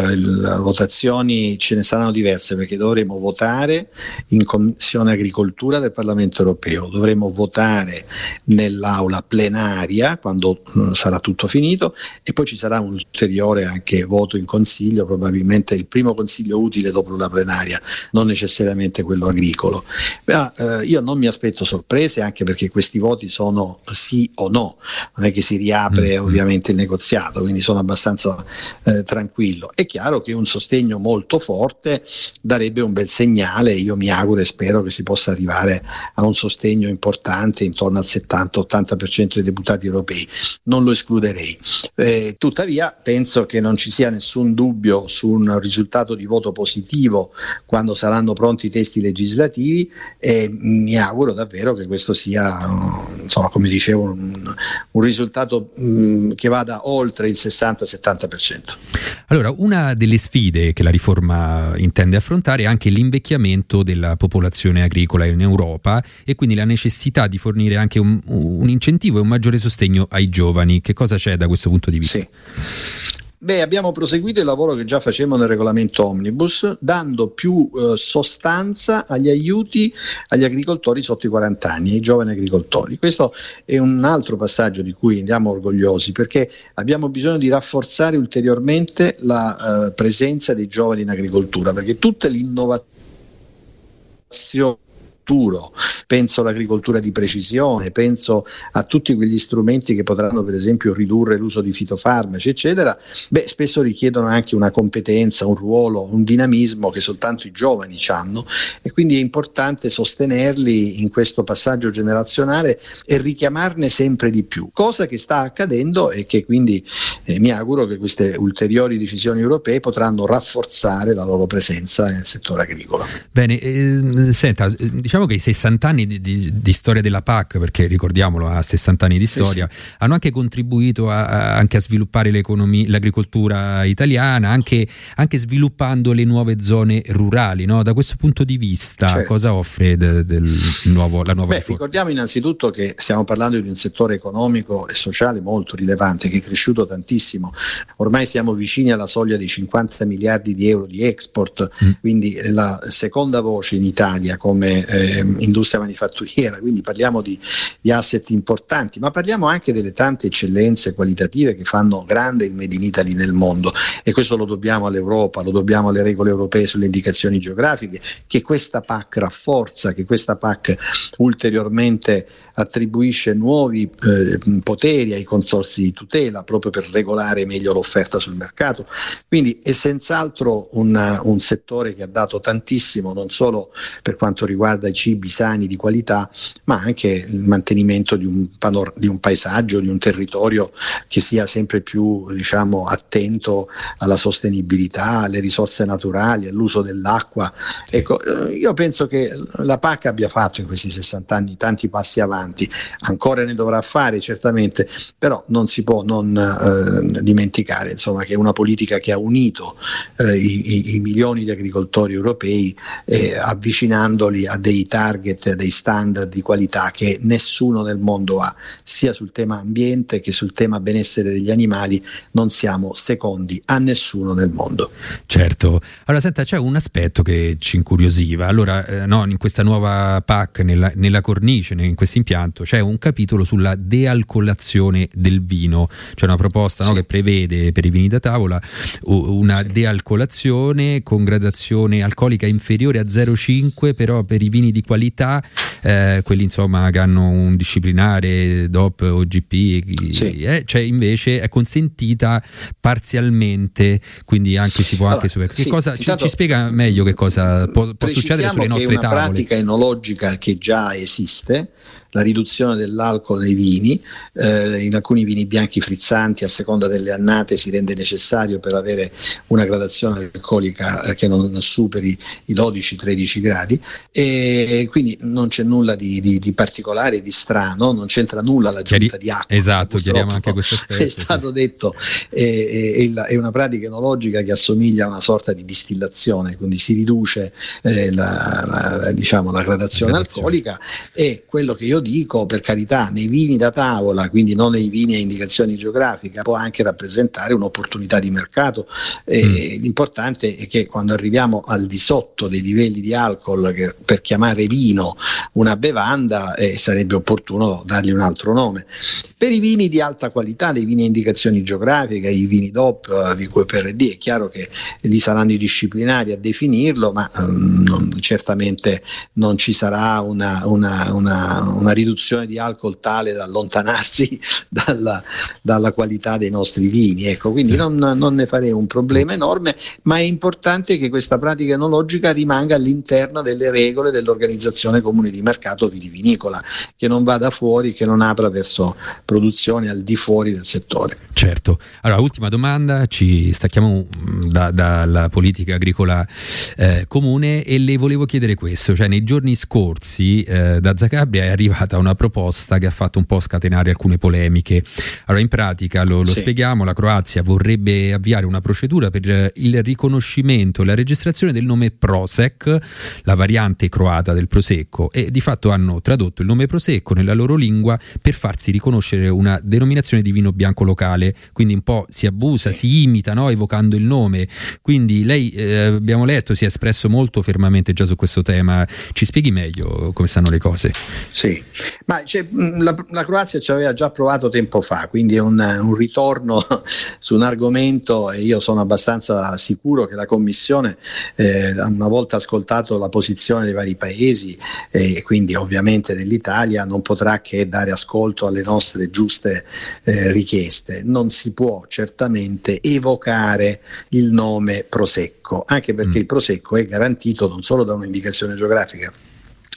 le votazioni ce ne saranno diverse, perché dovremo votare in Commissione Agricoltura del Parlamento Europeo, dovremo votare nell'aula plenaria quando mh, sarà tutto finito, e poi ci sarà un ulteriore anche voto in Consiglio, probabilmente il primo Consiglio utile dopo la plenaria, non necessariamente quello agricolo. Ma, eh, io non mi aspetto sorprese, anche perché questi voti sono sì o no, non è che si riapre mm-hmm. ovviamente il negoziato, quindi sono abbastanza eh, tranquillo. È chiaro che un sostegno molto forte darebbe un bel segnale, io mi auguro e spero che si possa arrivare a un sostegno importante intorno al settanta ottanta per cento dei deputati europei, non lo escluderei. Eh, tuttavia penso che non ci sia nessun dubbio su un risultato di voto positivo quando saranno pronti i testi legislativi, e mi auguro davvero che questo sia, insomma, come dicevo, un, un risultato mh, che vada oltre il sessanta settanta per cento. Allora, una delle sfide che la riforma intende affrontare è anche l'invecchiamento della popolazione agricola in Europa, e quindi la necessità di fornire anche un, un incentivo e un maggiore sostegno ai giovani. Che cosa c'è da questo punto di vista? Sì. Beh, abbiamo proseguito il lavoro che già facevamo nel regolamento Omnibus, dando più eh, sostanza agli aiuti agli agricoltori sotto i quaranta anni, ai giovani agricoltori. Questo è un altro passaggio di cui andiamo orgogliosi, perché abbiamo bisogno di rafforzare ulteriormente la eh, presenza dei giovani in agricoltura, perché tutte le innovazioni, penso all'agricoltura di precisione, penso a tutti quegli strumenti che potranno per esempio ridurre l'uso di fitofarmaci eccetera, beh, spesso richiedono anche una competenza, un ruolo, un dinamismo che soltanto i giovani hanno, e quindi è importante sostenerli in questo passaggio generazionale e richiamarne sempre di più, cosa che sta accadendo e che quindi eh, mi auguro che queste ulteriori decisioni europee potranno rafforzare la loro presenza nel settore agricolo. Bene, eh, senta, diciamo diciamo che i sessanta anni di, di, di storia della P A C, perché ricordiamolo ha sessanta anni di storia, sì, sì. hanno anche contribuito a, a, anche a sviluppare l'economia, l'agricoltura italiana, anche, anche sviluppando le nuove zone rurali, no? Da questo punto di vista, certo. cosa offre de, del, il nuovo, la nuova Beh, riforma? Ricordiamo innanzitutto che stiamo parlando di un settore economico e sociale molto rilevante, che è cresciuto tantissimo. Ormai siamo vicini alla soglia dei cinquanta miliardi di euro di export, mm. quindi la seconda voce in Italia come eh, industria manifatturiera, quindi parliamo di, di asset importanti, ma parliamo anche delle tante eccellenze qualitative che fanno grande il Made in Italy nel mondo, e questo lo dobbiamo all'Europa, lo dobbiamo alle regole europee sulle indicazioni geografiche, che questa P A C rafforza, che questa P A C ulteriormente attribuisce nuovi eh, poteri ai consorzi di tutela proprio per regolare meglio l'offerta sul mercato. Quindi è senz'altro un, un settore che ha dato tantissimo, non solo per quanto riguarda i cibi sani di qualità, ma anche il mantenimento di un, panor- di un paesaggio, di un territorio che sia sempre più, diciamo, attento alla sostenibilità, alle risorse naturali, all'uso dell'acqua. Ecco, io penso che la P A C abbia fatto in questi sessanta anni tanti passi avanti, ancora ne dovrà fare certamente, però non si può non eh, dimenticare, insomma, che è una politica che ha unito eh, i, i milioni di agricoltori europei, eh, avvicinandoli a dei target, a dei standard di qualità che nessuno nel mondo ha, sia sul tema ambiente che sul tema benessere degli animali. Non siamo secondi a nessuno nel mondo. Certo. Allora senta, c'è un aspetto che ci incuriosiva. Allora eh, no, in questa nuova P A C, nella, nella cornice, in questo impianto c'è un capitolo sulla dealcolazione del vino. C'è una proposta, sì. no, che prevede per i vini da tavola una sì. dealcolazione con gradazione alcolica inferiore a zero virgola cinque, però per i vini di qualità, eh, quelli insomma che hanno un disciplinare D O P o G P, sì. eh, cioè invece è consentita parzialmente, quindi anche si può allora, anche super... che sì, cosa ci, ci spiega meglio che cosa può, può succedere sulle nostre tavole? È una pratica enologica che già esiste, la riduzione dell'alcol nei vini. Eh, in alcuni vini bianchi frizzanti, a seconda delle annate, si rende necessario per avere una gradazione alcolica eh, che non superi i dodici tredici gradi, e quindi non c'è nulla di, di, di particolare, di strano, non c'entra nulla l'aggiunta di acqua. Esatto, chiariamo anche questo aspetto. È stato sì. detto, è, è, è una pratica enologica che assomiglia a una sorta di distillazione, quindi si riduce eh, la, la, diciamo, la gradazione, la gradazione alcolica, e quello che io dico, per carità, nei vini da tavola, quindi non nei vini a indicazioni geografiche, può anche rappresentare un'opportunità di mercato. E mm. l'importante è che quando arriviamo al di sotto dei livelli di alcol, che per chiamare vino una bevanda eh, sarebbe opportuno dargli un altro nome. Per i vini di alta qualità, dei vini a indicazioni geografiche, i vini D O P, V Q P R D, è chiaro che lì saranno i disciplinari a definirlo, ma um, non, certamente non ci sarà una, una, una, una riduzione di alcol tale da allontanarsi dalla, dalla qualità dei nostri vini. Ecco, quindi sì. non, non ne farei un problema enorme, ma è importante che questa pratica enologica rimanga all'interno delle regole dell'Organizzazione Comune di Mercato Vitivinicola, che non vada fuori, che non apra verso produzioni al di fuori del settore. Certo. Allora, ultima domanda, ci stacchiamo da, dalla politica agricola eh, comune, e le volevo chiedere questo, cioè nei giorni scorsi eh, da Zagabria è arrivata una proposta che ha fatto un po' scatenare alcune polemiche. Allora, in pratica lo, lo sì. spieghiamo: la Croazia vorrebbe avviare una procedura per il riconoscimento e la registrazione del nome Prosek, la variante croata del Prosecco, e di fatto hanno tradotto il nome Prosecco nella loro lingua per farsi riconoscere una denominazione di vino bianco locale, quindi un po' si abusa, sì. si imita, no? evocando il nome. Quindi lei, eh, abbiamo letto, si è espresso molto fermamente già su questo tema. Ci spieghi meglio come stanno le cose? Sì, ma cioè, la, la Croazia ci aveva già provato tempo fa, quindi è un, un ritorno su un argomento, e io sono abbastanza sicuro che la Commissione, eh, una volta ascoltato la posizione dei vari paesi e eh, quindi ovviamente dell'Italia, non potrà che dare ascolto alle nostre giuste eh, richieste. Non si può certamente evocare il nome Prosecco, anche perché mm. il Prosecco è garantito non solo da un'indicazione geografica,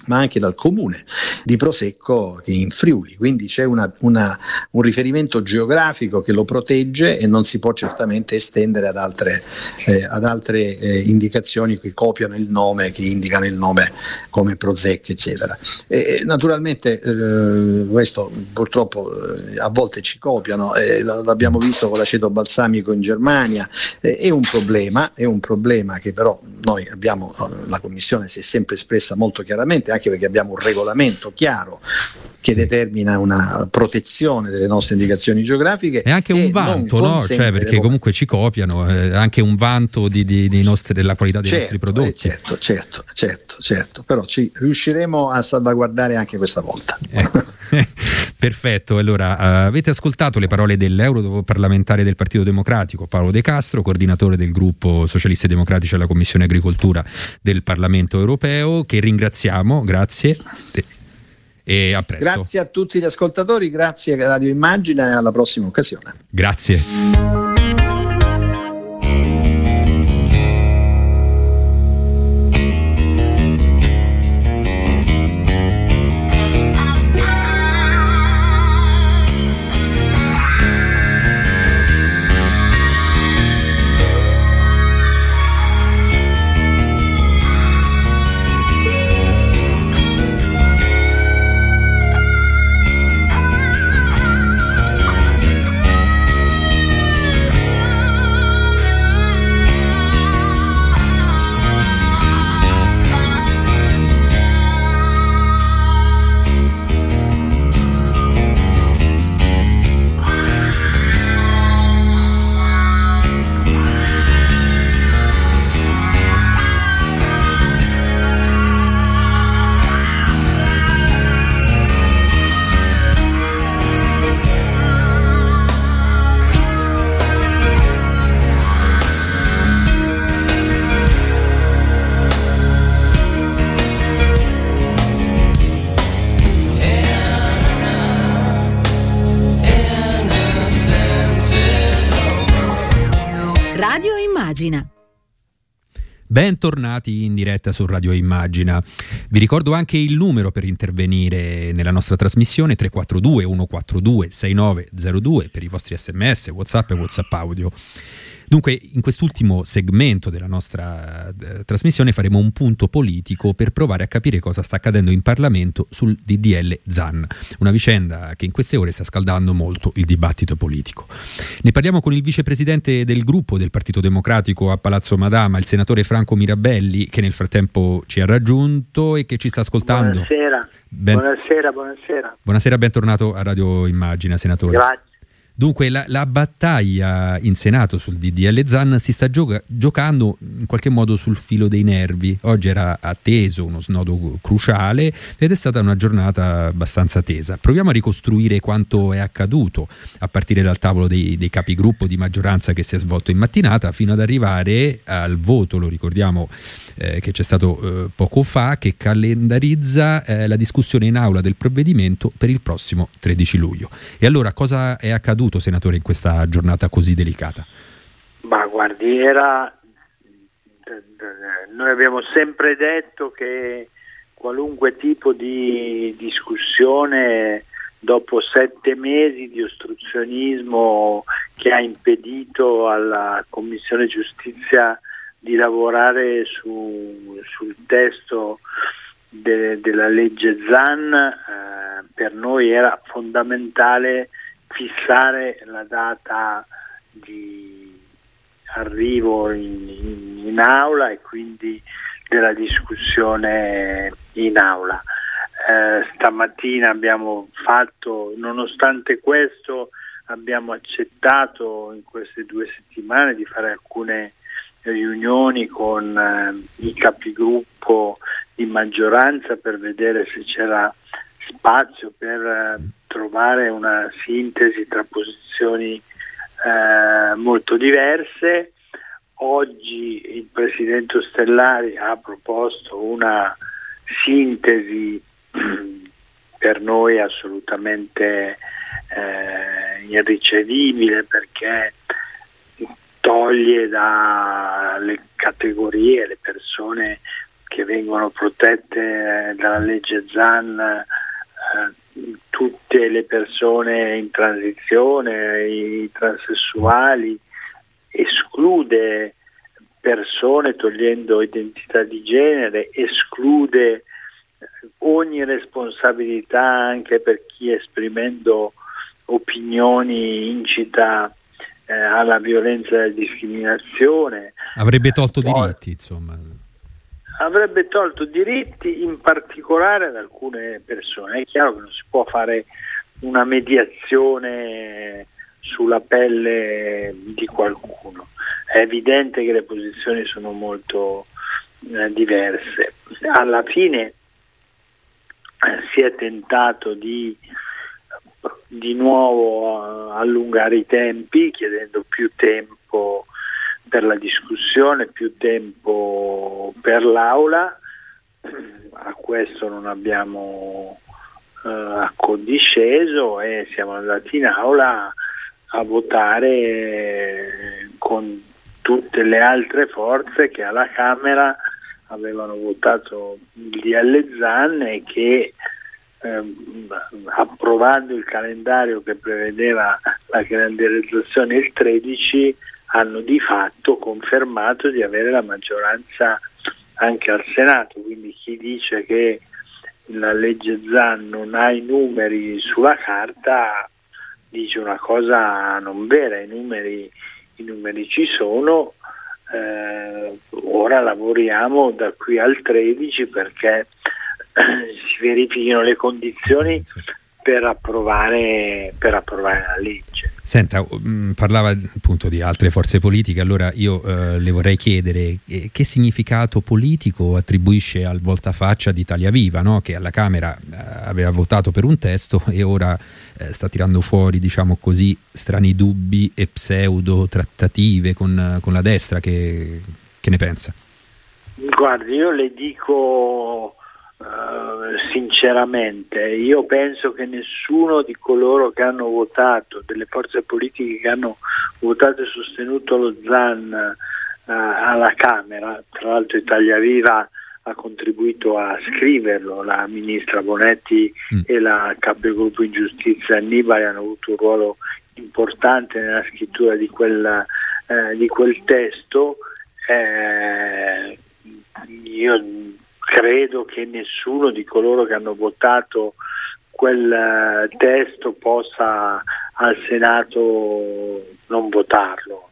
ma anche dal comune di Prosecco in Friuli, quindi c'è una, una, un riferimento geografico che lo protegge e non si può certamente estendere ad altre, eh, ad altre eh, indicazioni che copiano il nome, che indicano il nome come Prosecco eccetera. E, naturalmente eh, questo purtroppo eh, a volte ci copiano, eh, l'abbiamo visto con l'aceto balsamico in Germania, eh, è un problema, è un problema che però noi abbiamo, la Commissione si è sempre espressa molto chiaramente, anche perché abbiamo un regolamento chiaro che determina una protezione delle nostre indicazioni geografiche. È anche un vanto, no? Cioè, perché come... comunque ci copiano, è anche un vanto di, di, di nostri, della qualità dei certo, nostri prodotti. Eh, certo, certo, certo, certo, però ci riusciremo a salvaguardare anche questa volta. Ecco. Perfetto, allora uh, avete ascoltato le parole dell'europarlamentare del Partito Democratico Paolo De Castro, coordinatore del gruppo Socialisti e Democratici alla Commissione Agricoltura del Parlamento Europeo, che ringraziamo, grazie e a presto. Grazie a tutti gli ascoltatori, grazie a Radio Immagina e alla prossima occasione. Grazie. Radio Immagina. Bentornati in diretta su Radio Immagina. Vi ricordo anche il numero per intervenire nella nostra trasmissione: tre quattro due uno quattro due sei nove zero due per i vostri sms, WhatsApp e WhatsApp audio. Dunque, in quest'ultimo segmento della nostra eh, trasmissione faremo un punto politico per provare a capire cosa sta accadendo in Parlamento sul D D L Zan, una vicenda che in queste ore sta scaldando molto il dibattito politico. Ne parliamo con il vicepresidente del gruppo del Partito Democratico a Palazzo Madama, il senatore Franco Mirabelli, che nel frattempo ci ha raggiunto e che ci sta ascoltando. Buonasera, Ben... buonasera, buonasera. Buonasera, bentornato a Radio Immagina, senatore. Grazie. Dunque la, la battaglia in Senato sul D D L Zan si sta gioca- giocando in qualche modo sul filo dei nervi. Oggi era atteso uno snodo cruciale ed è stata una giornata abbastanza tesa. Proviamo a ricostruire quanto è accaduto a partire dal tavolo dei, dei capigruppo di maggioranza che si è svolto in mattinata fino ad arrivare al voto, lo ricordiamo, eh, che c'è stato eh, poco fa, che calendarizza eh, la discussione in aula del provvedimento per il prossimo tredici luglio. E allora cosa è accaduto, senatore, in questa giornata così delicata? Ma guardi, era noi abbiamo sempre detto che qualunque tipo di discussione, dopo sette mesi di ostruzionismo che ha impedito alla Commissione Giustizia di lavorare su, sul testo de, della legge Zan, eh, per noi era fondamentale fissare la data di arrivo in, in, in aula e quindi della discussione in aula. Eh, stamattina abbiamo fatto, nonostante questo, abbiamo accettato in queste due settimane di fare alcune riunioni con eh, i capigruppo di maggioranza per vedere se c'era spazio per eh, trovare una sintesi tra posizioni eh, molto diverse. Oggi il Presidente Ostellari ha proposto una sintesi per noi assolutamente eh, irricevibile, perché toglie dalle categorie le persone che che vengono protette dalla legge Zan eh, tutte le persone in transizione, i transessuali, esclude persone togliendo identità di genere, esclude ogni responsabilità anche per chi esprimendo opinioni incita eh, alla violenza e alla discriminazione. Avrebbe tolto Poi, diritti, insomma. Avrebbe tolto diritti in particolare ad alcune persone. È chiaro che non si può fare una mediazione sulla pelle di qualcuno. È evidente che le posizioni sono molto eh, diverse. Alla fine eh, si è tentato di di nuovo eh, allungare i tempi, chiedendo più tempo per la discussione, più tempo per l'aula. A questo non abbiamo eh, accondisceso e siamo andati in aula a votare eh, con tutte le altre forze che alla Camera avevano votato il D L Zan e che eh, approvando il calendario che prevedeva la calendarizzazione il tredici hanno di fatto confermato di avere la maggioranza anche al Senato. Quindi chi dice che la legge Zan non ha i numeri sulla carta dice una cosa non vera. I numeri, i numeri ci sono, eh, ora lavoriamo da qui al tredici perché eh, si verifichino le condizioni per approvare, per approvare la legge. Senta, mh, parlava appunto di altre forze politiche, allora io eh, le vorrei chiedere eh, che significato politico attribuisce al voltafaccia di Italia Viva, no? Che alla Camera eh, aveva votato per un testo e ora eh, sta tirando fuori, diciamo così, strani dubbi e pseudo trattative con, con la destra. Che, che ne pensa? Guardi, io le dico Uh, sinceramente, io penso che nessuno di coloro che hanno votato, delle forze politiche che hanno votato e sostenuto lo Zan uh, alla Camera, tra l'altro Italia Viva ha contribuito a scriverlo, la ministra Bonetti mm. e la capogruppo in giustizia Annibali hanno avuto un ruolo importante nella scrittura di quel, uh, di quel testo. Eh, io credo che nessuno di coloro che hanno votato quel testo possa al Senato non votarlo,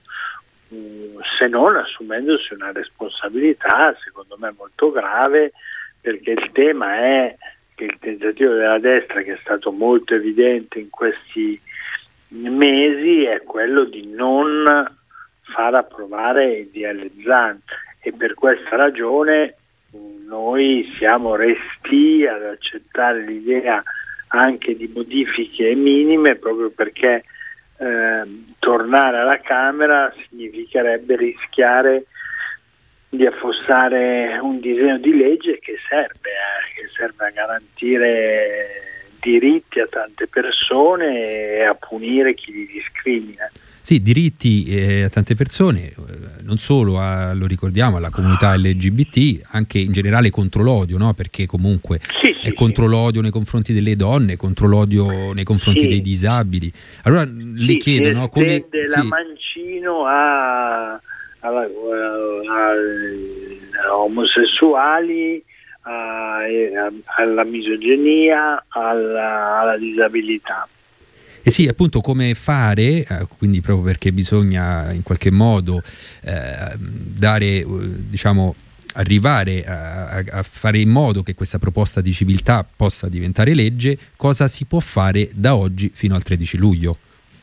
se non assumendosi una responsabilità secondo me molto grave, perché il tema è che il tentativo della destra, che è stato molto evidente in questi mesi, è quello di non far approvare il D L Zan, e per questa ragione noi siamo restii ad accettare l'idea anche di modifiche minime, proprio perché eh, tornare alla Camera significherebbe rischiare di affossare un disegno di legge che serve, eh, che serve a garantire diritti a tante persone e a punire chi li discrimina. Sì, diritti eh, a tante persone, eh, non solo, a, lo ricordiamo, alla comunità L G B T, anche in generale contro l'odio, no? Perché comunque sì, sì, è contro sì. l'odio nei confronti delle donne, contro l'odio nei confronti sì. dei disabili. Allora le sì, chiedo, no? Come estende sì. la mancino a, alla, a, a omosessuali, a, a, alla misoginia, alla, alla disabilità. E sì, appunto, come fare, eh, quindi proprio perché bisogna in qualche modo eh, dare, diciamo, arrivare a, a fare in modo che questa proposta di civiltà possa diventare legge, cosa si può fare da oggi fino al tredici luglio?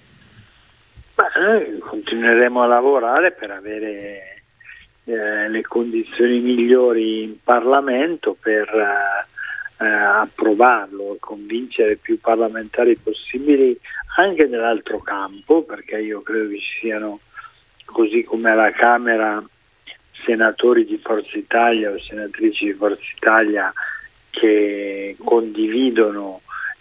Ma noi continueremo a lavorare per avere eh, le condizioni migliori in Parlamento per eh, eh, approvarlo, convincere più parlamentari possibili anche nell'altro campo, perché io credo che ci siano, così come alla Camera, senatori di Forza Italia o senatrici di Forza Italia che condividono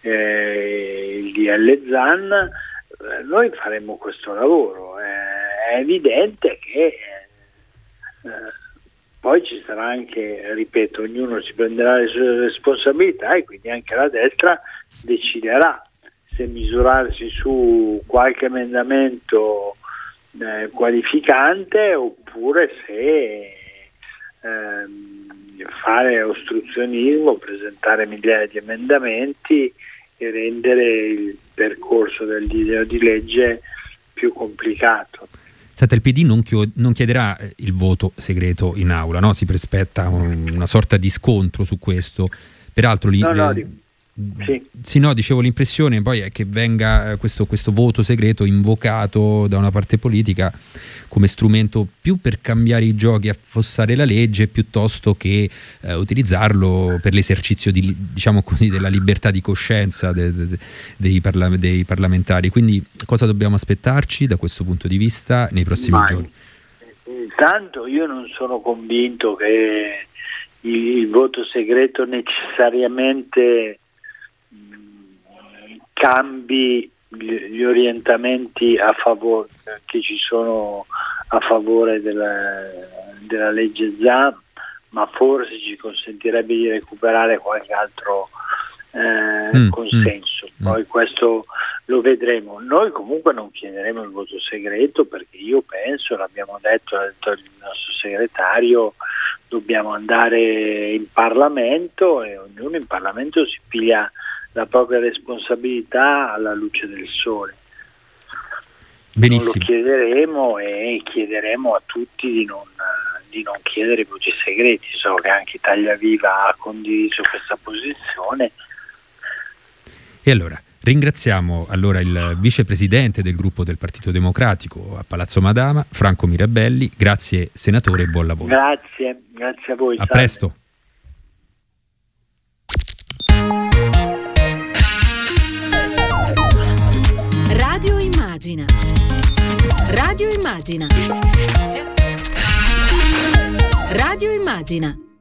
eh, il D L Zan. Eh, noi faremo questo lavoro. Eh, è evidente che eh, poi ci sarà anche, ripeto, ognuno si prenderà le sue responsabilità e quindi anche la destra deciderà se misurarsi su qualche emendamento eh, qualificante oppure se ehm, fare ostruzionismo, presentare migliaia di emendamenti e rendere il percorso del disegno di legge più complicato. Senta, il P D non, chio- non chiederà il voto segreto in aula, no? Si prospetta un- una sorta di scontro su questo. Peraltro lì, No, no, eh, di- sì. sì, no, dicevo, l'impressione poi è che venga questo, questo voto segreto invocato da una parte politica come strumento più per cambiare i giochi, affossare la legge, piuttosto che eh, utilizzarlo per l'esercizio di, diciamo così, della libertà di coscienza de, de, dei, parla- dei parlamentari. Quindi cosa dobbiamo aspettarci da questo punto di vista nei prossimi Ma giorni? Intanto io non sono convinto che il, il voto segreto necessariamente cambi gli orientamenti a favore che ci sono a favore della, della legge Zan, ma forse ci consentirebbe di recuperare qualche altro eh, mm, consenso. Mm. Poi questo lo vedremo. Noi comunque non chiederemo il voto segreto perché io penso, l'abbiamo detto, l'ha detto il nostro segretario, dobbiamo andare in Parlamento e ognuno in Parlamento si piglia la propria responsabilità alla luce del sole. Benissimo. Non lo chiederemo e chiederemo a tutti di non, di non chiedere i voti segreti. So che anche Italia Viva ha condiviso questa posizione. E allora ringraziamo allora il vicepresidente del gruppo del Partito Democratico a Palazzo Madama, Franco Mirabelli. Grazie senatore e buon lavoro. Grazie, grazie a voi. A salve. presto. Radio Immagina. Radio Immagina. Radio Immagina.